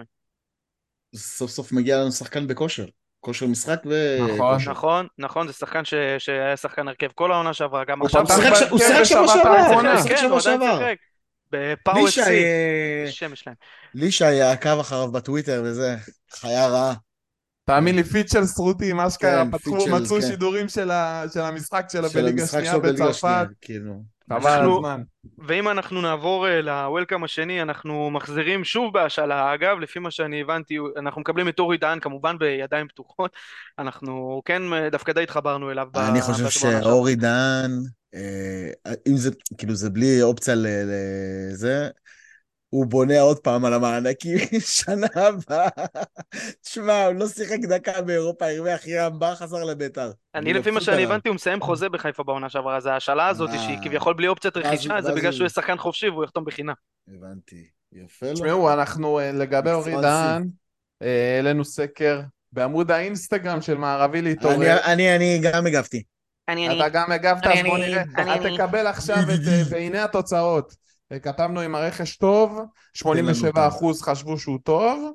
סוף סוף מגיע לנו שחקן בכושר. כושר משחק נכון. וכושר. נכון, נכון, זה שחקן שהיה שחקן הרכב כל העונה שעברה, גם הוא עכשיו הוא פתח שיחק הוא בהרכב שיחק שבוע בשבת שעבר, הוא שיחק, האחרונה. שיחק כן, הוא שבוע עדיין שעבר. שיחק בפאו אף לישי, סי, איזה שם יש להם. לישי עקב אחריו בטוויטר וזה, חיה רעה. כן, תאמין לי, פיצ'ל סרוטים, אשכרה, כן, פיצ'ל, מצאו כן. שידורים של המשחק שלו של בליגה המשחק שנייה שלו בליגה השנייה, בצרפת, כאילו. חבל על אנחנו, הזמן. ואם אנחנו נעבור לוולקאם השני, אנחנו מחזירים שוב בהשאלה, אגב, לפי מה שאני הבנתי, אנחנו מקבלים את אורי דהן כמובן בידיים פתוחות, אנחנו כן דווקא די התחברנו אליו אני חושב בעונה שעברה. שאורי דהן, אם זה, כאילו זה בלי אופציה לזה, הוא בונה עוד פעם על המענקים שנה הבאה. תשמע, הוא לא שיחק דקה באירופה, הרוויח ים, בא חזר לביתר. אני אני לפי מה מבסוט שאני עליו. הבנתי הוא מסיים חוזה בחיפה בעונה שעברה, אז ההשאלה הזאת שהיא אה, כביכול בלי אופציית ואז, רכישה, זה ואז בגלל שהוא הוא... יהיה שחקן חופשי והוא יחתום בחינם. הבנתי. יפה לו. תשמעו, אנחנו לגבי אורי מקצוען שיא. דהן, העלינו סקר בעמוד האינסטגרם של מערבי אני, להתעורר. אני גם הגבתי. אני, אתה גם הגבת, אז בוא נראה. אתה אני. תקבל עכשיו והנה התוצאות. כתבנו עם הרכש טוב, תן לנו אותם. 87% חשבו שהוא טוב,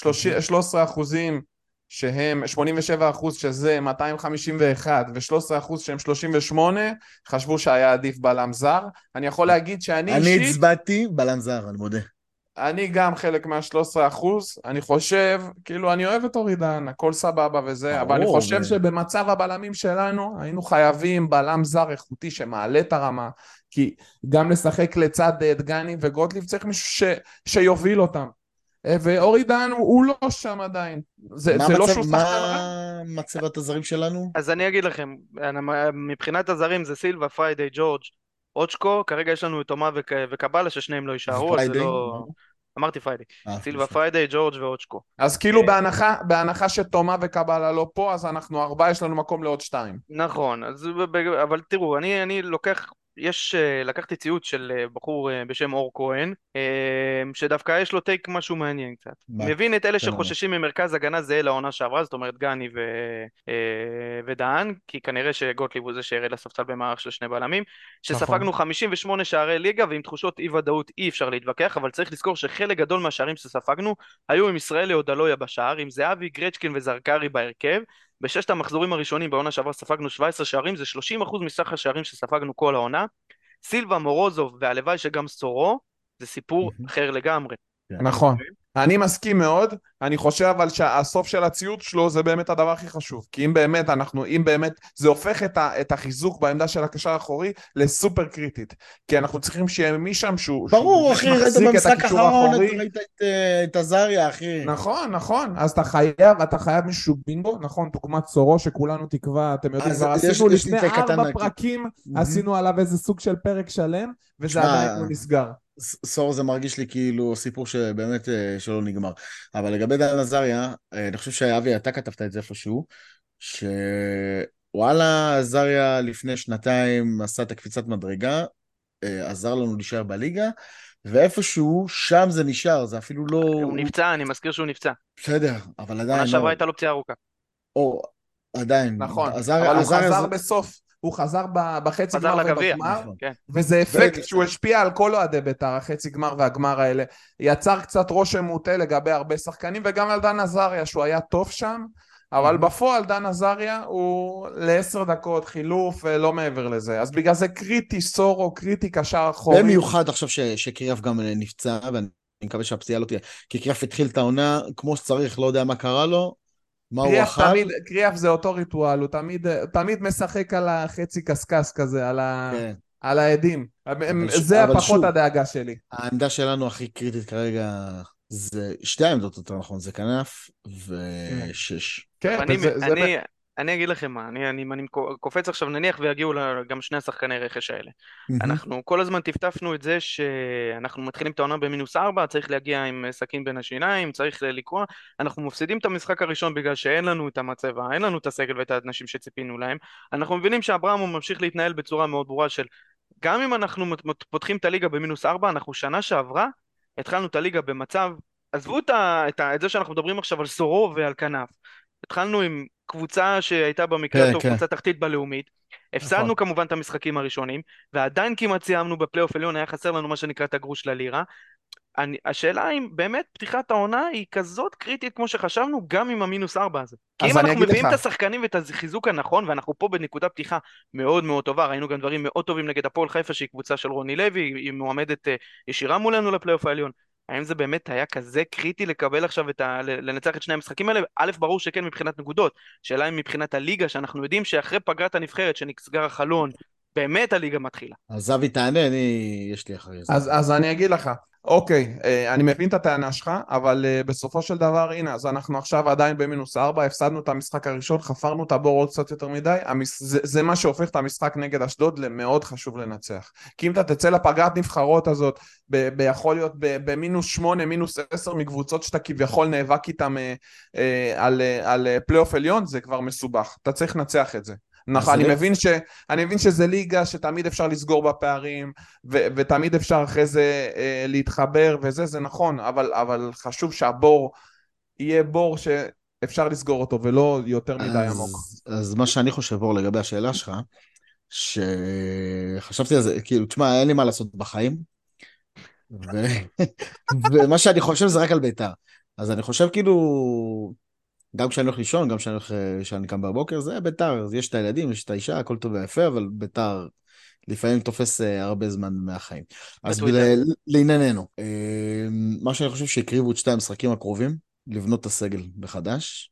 13% שהם, 87% שזה 251 ו-13% שהם 38, חשבו שהיה עדיף בלם זר. אני יכול להגיד שאני אני אישית, הצבעתי בלם זר, אני מודה. אני גם חלק מה-13%, אני חושב, כאילו אני אוהב את אורי דהן, הכל סבבה וזה, אבל אני ברור, חושב שבמצב הבלמים שלנו, היינו חייבים בלם זר איכותי שמעלה את הרמה, כי גם לשחק לצד דגני וגוטליב צריך מישהו שיוביל אותם, ואורי דהן הוא לא שם עדיין, זה לא שהוא שחקן רע. מה מצבת הזרים שלנו? אז אני אגיד לכם, מבחינת הזרים זה סילבה, פריידי, ג'ורג', אוצ'קו, כרגע יש לנו את תומה וקבלה ששניהם לא יישארו, אז זה פריידי? לא... אמרתי פריידי. סילבה, סליחה. פריידי, ג'ורג' ואוצ'קו. אז כאילו בהנחה שתומה וקבלה לא פה, אז אנחנו 4, יש לנו מקום לעוד 2. נכון, אבל תראו, אני לוקח, לקחתי ציוץ של בחור בשם אור כהן, שדווקא יש לו טייק משהו מעניין קצת. מה? מבין את אלה תן לנו. שחוששים ממרכז הגנה זהה לעונה שעברה, זאת אומרת גני ודהן, כי כנראה שגוטליב הוא זה שירד לספסל במערך של שני בלמים, נכון. שספגנו 58 שערי ליגה, ועם תחושות אי ודאות אי אפשר להתווכח, אבל צריך לזכור שחלק גדול מהשערים שספגנו היו עם ישראל לאודלויה בשער, עם זהבי, גרצ'קין וזרקרי בהרכב. בששת המחזורים הראשונים בעונה שעברה ספגנו 17 שערים, זה 30% מסך השערים שספגנו כל העונה. סילבה, מורוזוב והלוואי שגם סורו, זה סיפור אחר לגמרי. כן. אתם נכון. מסכימים? אני מסכים מאוד, אני חושב אבל שהסוף של הציוד שלו זה באמת הדבר הכי חשוב, כי אם באמת זה הופך את החיזוק בעמדה של הקשר האחורי לסופר קריטית, כי אנחנו צריכים שיהיה משם שהוא ברור, באמת אחי, ראית מחזיק את במשחק הקישור האחרון, האחורי. ראית את עזריה, אחי. נכון, נכון, אז אתה חייב מישהו בינגו, נכון, דוגמת סורו שכולנו תקווה, אתם יודעים, אז כבר יש עשינו לי לפני טייק קטן 4 פרקים, עשינו עליו איזה סוג של פרק שלם, וזה עדיין שמע, לא נסגר. סור זה מרגיש לי כאילו סיפור שבאמת שלא נגמר. אבל לגבי דן עזריה, אני חושב שאבי, אתה כתבת את זה איפשהו, שוואלה, עזריה לפני שנתיים עשה את הקפיצת מדרגה, עזר לנו להישאר בליגה, ואיפשהו שם זה נשאר, זה אפילו לא... הוא נפצע, אני מזכיר שהוא נפצע. בסדר, אבל עונה עדיין שעברה לא. הייתה לו פציעה ארוכה. או, עדיין, נכון, אבל עזריה, הוא עזריה חזר זה... בסוף, הוא חזר בחצי חזר גמר לגביע, ובגמר, נכון. כן. וזה ו- אפקט שהוא השפיע על כל אוהדי בית"ר, החצי גמר והגמר האלה. יצר קצת רושם מוטה לגבי הרבה שחקנים, וגם על דן עזריה, שהוא היה טוב שם, אבל מהמם. בפועל דן עזריה הוא ל10 דקות חילוף ולא מעבר לזה. אז בגלל זה קריטי סורו, קריטי קשר אחורי. במיוחד עכשיו שקריאף גם נפצע, ואני מקווה שהפציעה לא תהיה, כי קריאף התחיל את העונה כמו שצריך, לא יודע מה קרה לו, מה הוא אכל. קריאף זה אותו ריטואל, הוא תמיד משחק על החצי קסקס כזה, כן, על העדים. זה אבל פחות שוב, הדאגה שלי. העמדה שלנו הכי קריטית כרגע, זה שתי העמדות יותר נכון, זה כנף כן, ושש. כן, אני, וזה אני אגיד לכם מה, אני קופץ עכשיו, נניח ויגיעו גם שני השחקני רכש האלה. מהמם. אנחנו כל הזמן טפטפנו את זה שאנחנו מתחילים את העונה ב-4, צריך להגיע עם סכין בין השיניים, צריך לקרוא, אנחנו מפסידים את המשחק הראשון בגלל שאין לנו את המצבה, אין לנו את הסגל ואת האנשים שציפינו להם. אנחנו מבינים שאברהם ממשיך להתנהל בצורה מאוד ברורה של, גם אם אנחנו פותחים את הליגה ב-4, אנחנו שנה שעברה, התחלנו את הליגה במצב, עזבו את זה שאנחנו מדברים עכשיו על סורו ועל כנף. התחלנו עם קבוצה שהייתה במקרה כן, הטוב כן. קבוצה תחתית בלאומית, נכון. הפסדנו כמובן את המשחקים הראשונים, ועדיין כמעט סיימנו בפלייאוף עליון, היה חסר לנו מה שנקרא את הגרוש ללירה. השאלה אם באמת פתיחת העונה היא כזאת קריטית כמו שחשבנו, גם עם ה-4 הזה. כי אז אם אני אנחנו אגיד לך, מביאים את השחקנים ואת החיזוק הנכון, ואנחנו פה בנקודת פתיחה מאוד מאוד טובה, ראינו גם דברים מאוד טובים נגד הפועל חיפה, שהיא קבוצה של רוני לוי, היא מועמדת ישירה מולנו לפלייאוף העליון. האם זה באמת היה כזה קריטי לקבל עכשיו לנצח את שני המשחקים האלה? א', ברור שכן מבחינת נקודות, שאלה אם מבחינת הליגה, שאנחנו יודעים שאחרי פגרת הנבחרת שנסגר החלון, באמת הליגה מתחילה. אז זבי תענה, יש לי אחרי זה. אז אני אגיד לך, אוקיי, אני מבין את הטענה שלך, אבל בסופו של דבר, הנה, אז אנחנו עכשיו עדיין ב-4, הפסדנו את המשחק הראשון, חפרנו את הבור עוד קצת יותר מדי, זה מה שהופך את המשחק נגד אשדוד למאוד חשוב לנצח. כי אם אתה תצא לפגרת נבחרות הזאת, יכול להיות ב-8, -10 מקבוצות שאתה כביכול נאבק איתם על פלייאוף עליון, זה כבר מסובך, אתה צריך לנצח את זה. נכון, אז אני מבין שזה ליגה שתמיד אפשר לסגור בפערים, ותמיד אפשר אחרי זה להתחבר וזה, זה נכון, אבל חשוב שהבור יהיה בור שאפשר לסגור אותו, ולא יותר מדי עמוק. אז מה שאני חושב, אור, לגבי השאלה שלך, שחשבתי על זה, כאילו, תשמע, אין לי מה לעשות בחיים, ו... ומה שאני חושב זה רק על בית"ר. אז אני חושב כאילו, גם כשאני הולך לישון, גם כשאני קם בבוקר, זה בית"ר, יש את הילדים, יש את האישה, הכל טוב ויפה, אבל בית"ר לפעמים תופס הרבה זמן מהחיים. אז בטוויטר. לענייננו, מה שאני חושב שהקריבו את שתי המשחקים הקרובים, לבנות את הסגל מחדש.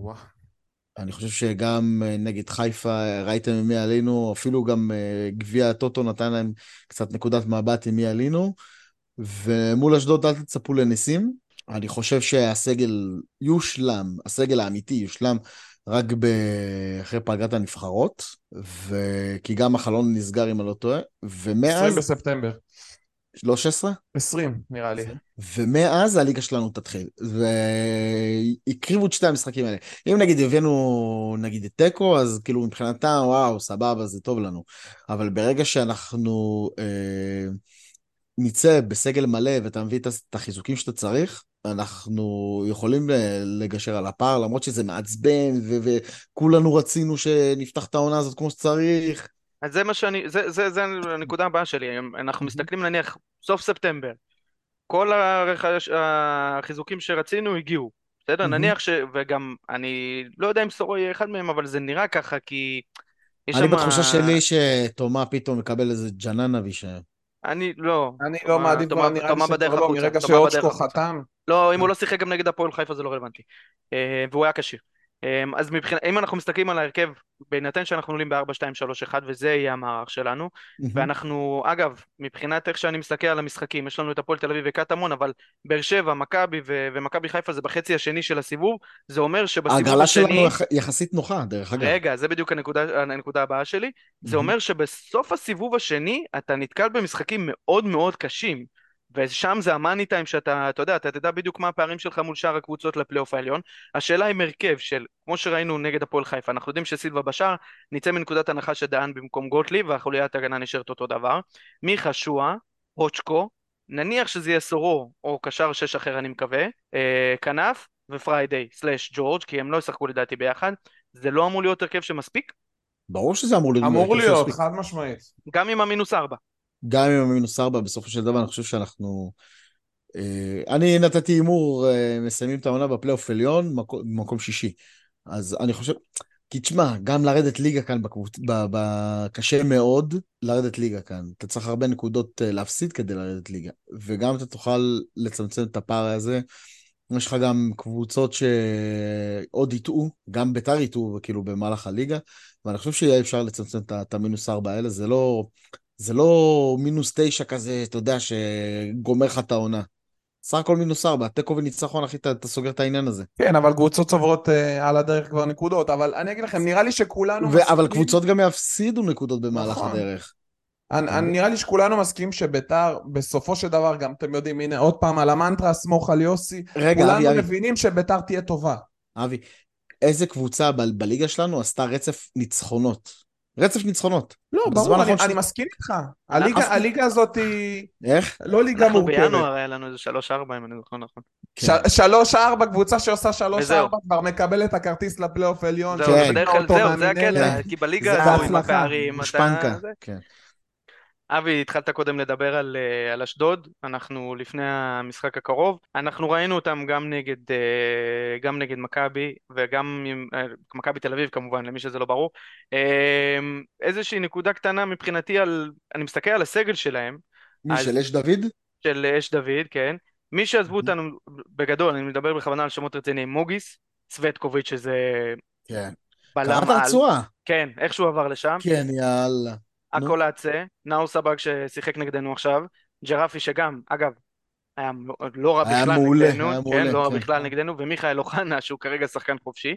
אני חושב שגם נגד חיפה ראיתם מי עלינו, אפילו גם גביע הטוטו נתן להם קצת נקודת מבט עם מי עלינו, ומול אשדוד אל תצפו לניסים. אני חושב שהסגל יושלם, הסגל האמיתי יושלם רק אחרי פגרת הנבחרות, כי גם החלון נסגר אם אני לא טועה, 20 ומאז, בספטמבר. 13? 20 נראה לי. ומאז הליגה שלנו תתחיל, והקריבו את שתי המשחקים האלה. אם נגיד הבאנו נגיד את תיקו, אז כאילו מבחינתם, וואו, סבבה, זה טוב לנו. אבל ברגע שאנחנו נצא בסגל מלא ואתה מביא את החיזוקים שאתה צריך, אנחנו יכולים לגשר על הפער, למרות שזה מעצבן, וכולנו רצינו שנפתח את העונה הזאת כמו שצריך. אז זה מה זה הנקודה הבאה שלי. אנחנו מסתכלים נניח סוף ספטמבר, כל החיזוקים שרצינו הגיעו, בסדר? נניח וגם אני לא יודע אם סורו יהיה אחד מהם, אבל זה נראה ככה כי יש אני שם... בתחושה שלי שתומה פתאום מקבל איזה ג'ננה וישאר. אני לא, אני לא מעדיף, כבר נראה לי תומה בדרך שכבר לא, החוצה, מרגע תומה בדרך שאוצ'קו החוצה. חתם. לא, אם הוא לא שיחק גם נגד הפועל חיפה זה לא רלוונטי. והוא היה כשיר. אז אם אנחנו מסתכלים על ההרכב, בהינתן שאנחנו עולים ב-4-2-3-1 וזה יהיה המערך שלנו, ואנחנו, אגב, מבחינת איך שאני מסתכל על המשחקים, יש לנו את הפועל תל אביב וקטמון, אבל באר שבע, מכבי ומכבי חיפה זה בחצי השני של הסיבוב, זה אומר שבסיבוב ההגרלה שלנו השני... יחסית נוחה, דרך אגב. רגע, זה בדיוק הנקודה הבאה שלי, זה אומר שבסוף הסיבוב השני אתה נתקל במשחקים מאוד מאוד קשים, ושם זה המאני טיים שאתה, אתה יודע, אתה תדע בדיוק מה הפערים שלך מול שאר הקבוצות לפלייאוף העליון. השאלה עם הרכב של, כמו שראינו נגד הפועל חיפה, אנחנו יודעים שסילבה בשער, נצא מנקודת הנחה שדהן במקום גוטליב, והחוליית הגנה נשארת אותו דבר. מיכה שואה, הוצ'קו, נניח שזה יהיה סורו, או קשר שש אחר אני מקווה, כנף ופריידי סלאש ג'ורג', כי הם לא ישחקו לדעתי ביחד, זה לא אמור להיות הרכב שמספיק? ברור שזה אמור להיות אמור הרכב להיות, שיספיק. חד משמעית. גם עם המינוס 4. גם עם המינוס 4, בסופו של דבר אני חושב שאנחנו... אני נתתי הימור, מסיימים את העונה בפלייאוף עליון, מקום שישי. אז אני חושב... כי תשמע, גם לרדת ליגה כאן, קשה מאוד לרדת ליגה כאן. אתה צריך הרבה נקודות להפסיד כדי לרדת ליגה. וגם אתה תוכל לצמצם את הפער הזה. יש לך גם קבוצות שעוד יטעו, גם ביתר יטעו כאילו במהלך הליגה, ואני חושב שיהיה אפשר לצמצם את המינוס 4 האלה, זה לא מינוס 9 כזה, אתה יודע, שגומר לך את העונה. סך הכל מינוס 4, תיקו וניצחון, אחי, אתה סוגר את העניין הזה. כן, אבל קבוצות צוברות על הדרך כבר נקודות, אבל אני אגיד לכם, נראה לי שכולנו אבל מסכימים... קבוצות גם יפסידו נקודות במהלך נכון. הדרך. נראה לי שכולנו מסכימים שביתר, בסופו של דבר, גם אתם יודעים, הנה עוד פעם על המנטרה, סמוך על יוסי, רגע, כולנו אבי. מבינים שביתר תהיה טובה. אבי, איזה קבוצה בליגה שלנו עשתה רצף ניצחונות? רצף ניצחונות. לא, ברור, אני מסכים איתך. הליגה הזאת היא איך? לא ליגה אנחנו מורכבת. בינואר היה לנו איזה 3-4, אם אני זוכר נכון. 3-4, קבוצה שעושה 3-4 כבר מקבלת הכרטיס לפלייאוף עליון. זהו, בדרך כלל זהו, זה הקטע, כי בליגה הזו עם הפערים, משפנקה, כן. אבי, התחלת קודם לדבר על אשדוד, אנחנו לפני המשחק הקרוב, אנחנו ראינו אותם גם נגד מכבי, וגם מכבי תל אביב כמובן, למי שזה לא ברור. איזושהי נקודה קטנה מבחינתי, אני מסתכל על הסגל שלהם. מי, של אש דוד? של אש דוד, כן. מי שעזבו אותנו בגדול, אני מדבר בכוונה על שמות רציניים, מוגיס, סווטקוביץ' שזה בלם קראת הרצועה? כן, איך שהוא עבר לשם. כן, יאללה. הקולאצה, נאור סבג ששיחק נגדנו עכשיו, ג'רפי שגם, אגב, היה לא רע בכלל נגדנו, כן, לא רע בכלל נגדנו, ומיכאל אוחנה שהוא כרגע שחקן חופשי,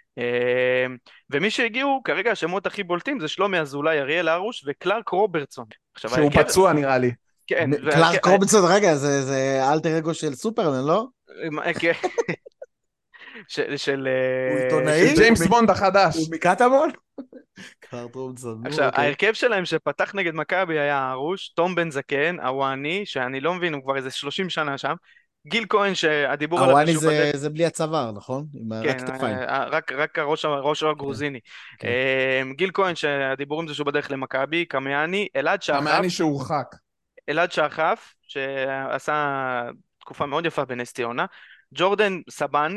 ומי שהגיעו, כרגע השמות הכי בולטים זה שלומי אזולאי, אריאל הרוש וקלארק רוברטסון. שהוא פצוע נראה לי. כן. קלארק רוברטסון, רגע, זה אלטר אגו של סופרמן, לא? כן. של עיתונאי? ג'יימס בונד החדש. הוא מקטמון? עכשיו, ההרכב שלהם שפתח נגד מכבי היה הרוש, תום בן זקן, הוואני, שאני לא מבין, הוא כבר איזה 30 שנה שם, גיל כהן שהדיבור עליו... הוואני זה בלי הצוואר, נכון? כן, רק הראש הגרוזיני. גיל כהן שהדיבורים זה שהוא בדרך למכבי, קמיאני, אלעד שחף. קמיאני שהורחק. אלעד שחף, שעשה תקופה מאוד יפה בנס ציונה, ג'ורדן סבן,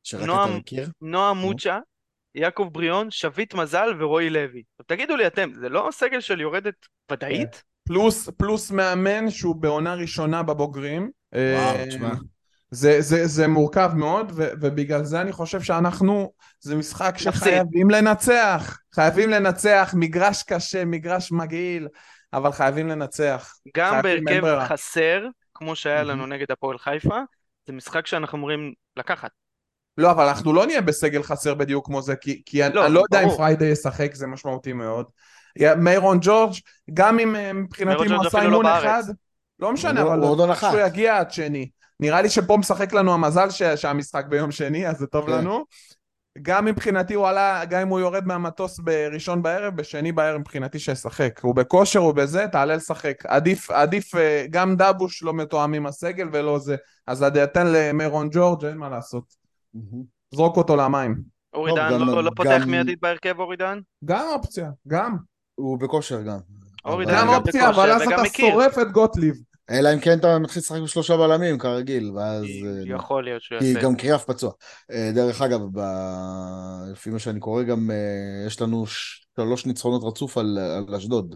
נועם מוצ'ה, יעקב בריאון, שביט מזל ורועי לוי. תגידו לי אתם, זה לא סגל של יורדת ודאית? פלוס מאמן שהוא בעונה ראשונה בבוגרים. וואו, תשמע. זה מורכב מאוד, ובגלל זה אני חושב שאנחנו, זה משחק שחייבים לנצח. חייבים לנצח, מגרש קשה, מגרש מגעיל, אבל חייבים לנצח. גם בהרכב חסר, כמו שהיה לנו נגד הפועל חיפה, זה משחק שאנחנו אמורים לקחת. לא, אבל אנחנו לא נהיה בסגל חסר בדיוק כמו זה, כי אני לא יודע אם פריידי ישחק, זה משמעותי מאוד. מיירון ג'ורג', גם אם מבחינתי הוא עשה אימון אחד, לא משנה, אבל שהוא יגיע עד שני. נראה לי שפה משחק לנו המזל שהמשחק ביום שני, אז זה טוב לנו. גם מבחינתי הוא עלה, גם אם הוא יורד מהמטוס בראשון בערב, בשני בערב מבחינתי שישחק. הוא בכושר, הוא בזה, תעלה לשחק. עדיף גם דאבוש לא מתואם עם הסגל ולא זה. אז תן למיירון ג'ורג', אין מה לעשות. זרוק אותו למים. אורידן לא פותח מיידית בהרכב, אורידן? גם אופציה, גם. הוא בכושר גם. גם אופציה, אבל אז אתה שורף את גוטליב. אלא אם כן אתה מתחיל לשחק בשלושה בלמים כרגיל, ואז... יכול להיות שהוא יעשה. כי גם קריאף פצוע. דרך אגב, לפי מה שאני קורא גם, יש לנו 3 ניצחונות רצוף על אשדוד.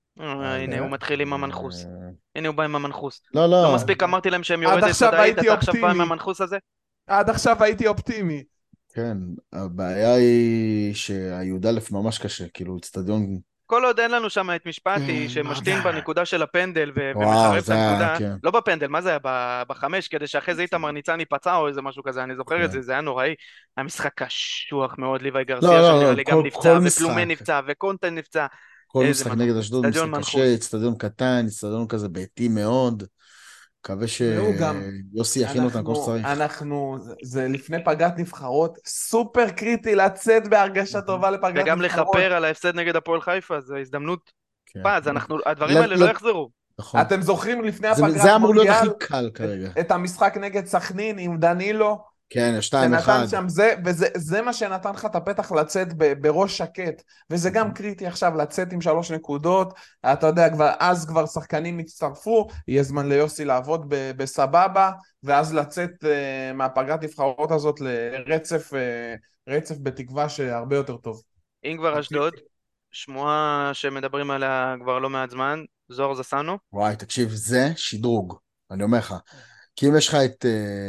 הנה הוא מתחיל עם המנחוס. הנה הוא בא עם המנחוס. לא מספיק אמרתי להם שהם יורדת ודאית, אתה עכשיו בא עם המנחוס הזה? עד עכשיו הייתי אופטימי. כן, הבעיה היא שהי"א ממש קשה, כאילו אצטדיון... כל עוד אין לנו שם את משפטי שמשתין בנקודה של הפנדל ומחרב את הנקודה, לא בפנדל, מה זה היה? בחמש, כדי שאחרי זה איתמר ניצני פצע או איזה משהו כזה, אני זוכר את זה, זה היה נוראי, המשחק קשוח מאוד, ליוואי גרסיה שנראה לי גם נפצע, ופלומן נפצע, וקונטן נפצע. כל משחק נגד אשדוד משחק קשה, אצטדיון קטן, אצטדיון כזה ביתי מאוד, מקווה שיוסי יכין אותם כמו שצריך. זה לפני פגרת נבחרות, סופר קריטי לצאת בהרגשה טובה לפגרת נבחרות. וגם לחפר על ההפסד נגד הפועל חיפה, זו הזדמנות פז, הדברים האלה לא יחזרו. אתם זוכרים לפני הפגרת זה אמור להיות הכי קל כרגע. את המשחק נגד סכנין עם דנילו, כן, שנתן 2-1. שם וזה מה שנתן לך את הפתח לצאת בראש שקט, וזה גם קריטי עכשיו לצאת עם 3 נקודות, אתה יודע, כבר שחקנים הצטרפו, יהיה זמן ליוסי לעבוד בסבבה, ואז לצאת מהפגרת נבחרות הזאת לרצף רצף בתקווה שהרבה יותר טוב. אם כבר אשדוד, שמועה שמדברים עליה כבר לא מעט זמן, זוהר זסנו. וואי, תקשיב, זה שדרוג, אני אומר לך. כי אם יש לך את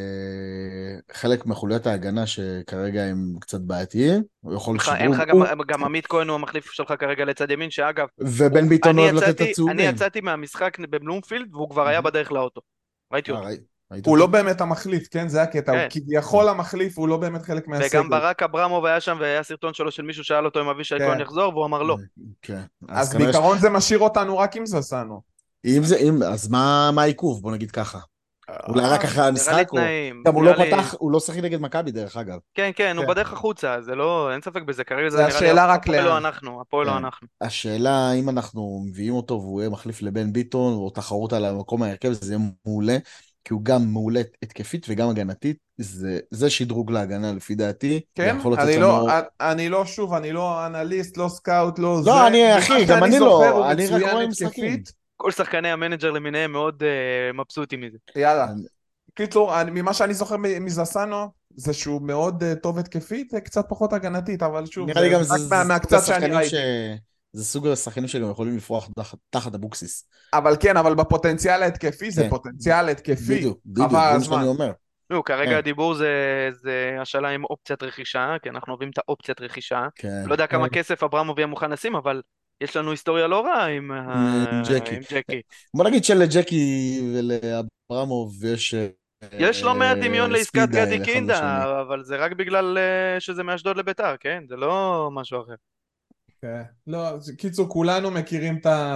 חלק מחוליות ההגנה שכרגע הם קצת בעייתיים, הוא יכול אין לך שדרוג. גם עמית כהן הוא המחליף שלך כרגע לצד ימין, שאגב, ובן ביטון אוהב לתת את אני הצהובים. יצאתי מהמשחק בבלומפילד והוא כבר היה בדרך לאוטו. ראיתי אותו. ראית הוא לא אותו? באמת המחליף, כן? זה הקטע, הוא כן. כביכול המחליף, הוא לא באמת חלק וגם מהסגל. ברק אברמוב היה שם והיה סרטון שלו של מישהו שאל אותו אם אבישי כהן כן. יחזור והוא אמר לא. כן. אז אז כנראה בעיקרון זה משאיר אותנו רק עם זסנו. אז מה העיכוב? בוא נגיד ככה. אולי רק אחרי נראה לי המשחק, או... תנאים, גם הוא לא נראה לי... פתח, הוא לא שיחק נגד מכבי דרך אגב. כן, כן, הוא כן. בדרך החוצה, זה לא, אין ספק בזה, כרגע זה זה נראה לי השאלה רק הפועל לא לאן. אנחנו, הפועל לא כן. אנחנו. השאלה אם אנחנו מביאים אותו והוא יהיה מחליף לבן ביטון, או תחרות על המקום ההרכב, זה יהיה מעולה, כי הוא גם מעולה התקפית וגם הגנתית, זה שדרוג להגנה לפי דעתי, כן? ויכול לתת לנו... אני לא אנליסט, לא סקאוט, לא זה. לא, אחי, גם אני זוכר, הוא לא, אני רק מצוין רואה משחקים. התקפית. כל שחקני המנג'ר למיניהם מאוד מבסוטים מזה. יאללה. קיצור, ממה שאני זוכר מזסנו, זה שהוא מאוד טוב התקפית, קצת פחות הגנתית, אבל שוב, נראה לי גם זה רק זה סוג מהקצת שאני השחקנים ראיתי. זה סוג השחקנים שגם יכולים לפרוח תחת אבוקסיס. אבל כן, אבל בפוטנציאל ההתקפי, זה כן. פוטנציאל התקפי. בדיוק, אבל זה מה שאני הזמן. אומר. לא, כרגע כן. הדיבור זה השאלה עם אופציית רכישה, כי אנחנו אוהבים את האופציית רכישה. כן. לא יודע כמה כסף אברמוב יהיה מוכן לשים, אבל יש לנו היסטוריה לא רעה עם ג'קי. עם ג'קי. בוא נגיד שלג'קי ולאברמוב יש יש לא מעט דמיון לעסקת ספידה גדי אחד לשני. קינדה, אבל זה רק בגלל שזה מאשדוד לביתר, כן? זה לא משהו אחר. כן. לא, קיצור, כולנו מכירים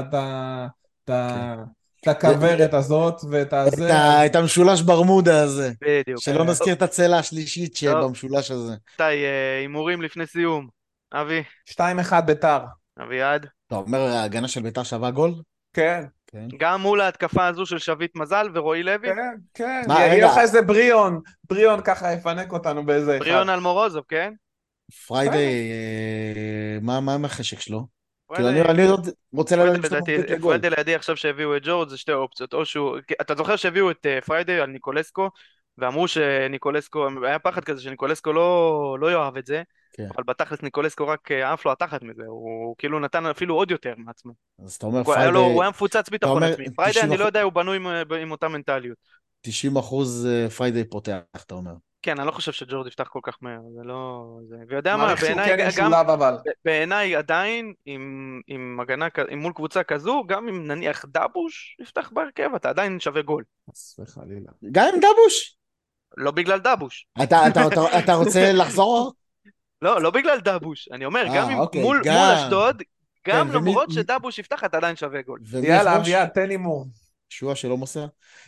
את כן. את הכוורת הזאת ואת הזה. את המשולש ברמודה הזה. בדיוק. שלא נזכיר את הצלע השלישית טוב, שבמשולש הזה. די, הימורים לפני סיום. אבי, 2-1 ביתר. אביעד. אתה אומר ההגנה של ביתר שווה גול? כן. כן. גם מול ההתקפה הזו של שביט מזל ורועי לוי, כן, כן. מה, יהיה רגע. לך איזה בריאון ככה יפנק אותנו באיזה אחד. בריאון אלמורוזוב, כן? פריידי, מה עם החשק שלו? כאילו אני רוצה לדעת אם יש לו פרקט לגול. פריידי לידי עכשיו שהביאו את ג'ורג' זה שתי אופציות, או שהוא, אתה זוכר שהביאו את פריידי על ניקולסקו, ואמרו שניקולסקו, היה פחד כזה שניקולסקו לא יאהב את זה, כן. אבל בתכלס ניקולסקו רק עף לו התחת מזה, הוא כאילו נתן אפילו עוד יותר מעצמו. אז אתה אומר הוא היה פריידי, הוא היה מפוצץ ביטחון אומר עצמי. פריידי אני לא יודע, הוא בנוי עם אותה מנטליות. 90% פריידי פותח, אתה אומר. כן, אני לא חושב שג'ורד יפתח כל כך מהר, זה לא... ויודע מה, מעריך שהוא בעיניי כן גם... ישולב אבל. בעיניי עדיין, עם הגנה, עם מול קבוצה כזו, גם אם נניח דבוש יפתח בהרכב, אתה עדיין שווה גול. חס וחלילה. גם עם דבוש? לא בגלל דבוש. אתה רוצה לחזור? לא בגלל דבוש. אני אומר, גם אם אוקיי, מול אשדוד, גם כן, למרות שדבוש יפתח, אתה עדיין שווה גול. יאללה, אביעד, תן הימור. שועה שלא מוסר.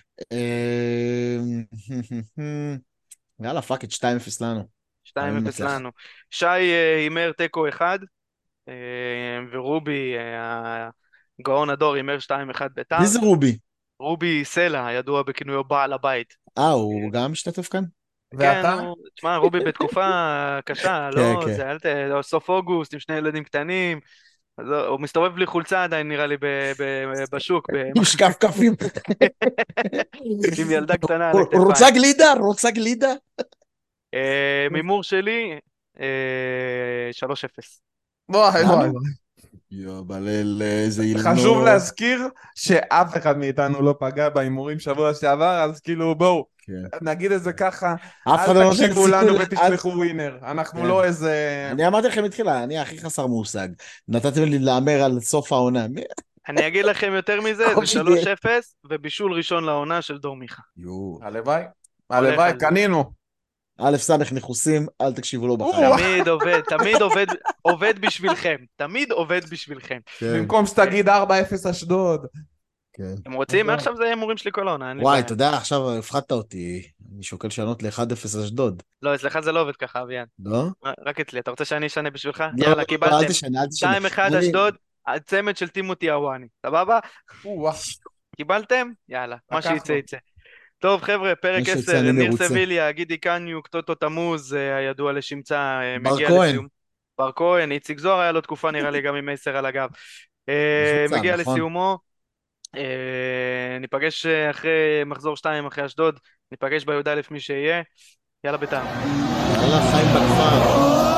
יאללה, פאק את 2-0 לנו. 2-0 לנו. שי הימר תיקו 1, ורובי, גאון הדור, הימר 2-1 ביתר. מי זה רובי? רובי סלע, ידוע בכינויו בעל הבית. הוא גם משתתף כאן? ואתה? כן, תשמע, רובי בתקופה קשה, לא, כן. זה סוף אוגוסט עם שני ילדים קטנים, אז הוא מסתובב בלי חולצה עדיין נראה לי בשוק, עם שקפקפים. עם ילדה קטנה על הכתפיים. רוצה גלידה? מימור שלי, 3-0. וואי. בלל איזה אילנות. חשוב להזכיר שאף אחד מאיתנו לא פגע בהימורים שבוע שעבר, אז כאילו בואו, נגיד את זה ככה, אל תקשיבו לנו ותשלחו ווינר, אנחנו לא איזה... אני אמרתי לכם מתחילה, אני הכי חסר מושג, נתתם לי להמר על סוף העונה. אני אגיד לכם יותר מזה, זה 3-0 ובישול ראשון לעונה של דור מיכה. הלוואי, קנינו. א' סמך ניחוסים, אל תקשיבו לו בחיים. תמיד עובד בשבילכם. תמיד עובד בשבילכם. במקום שתגיד 4-0 אשדוד. הם רוצים? עכשיו זה הימורים שלי כל העונה. וואי, אתה יודע, עכשיו הפחדת אותי. אני שוקל לשנות ל-1-0 אשדוד. לא, אצלך זה לא עובד ככה, אביעד. לא? רק אצלי. אתה רוצה שאני אשנה בשבילך? לא, יאללה, קיבלתם. אל תשנה. 2-1 אשדוד, הצמד של טימותי אוואני. סבבה? קיבלתם? יאללה, מה שיצא יצא. טוב חבר'ה, פרק מי 10, שיוצא אני ניר מרוצה. סביליה, גידי קניוק, טוטו תמוז, הידוע לשמצה, בר מגיע כהן, לסיום. בר כהן, איציק זוהר היה לו תקופה נראה לי גם עם 10 על הגב. מחמצן, מגיע נכון. לסיומו, ניפגש אחרי מחזור 2 אחרי אשדוד, ניפגש בי"א מי שיהיה, יאללה בית"ר. יאללה, חיים בכפר.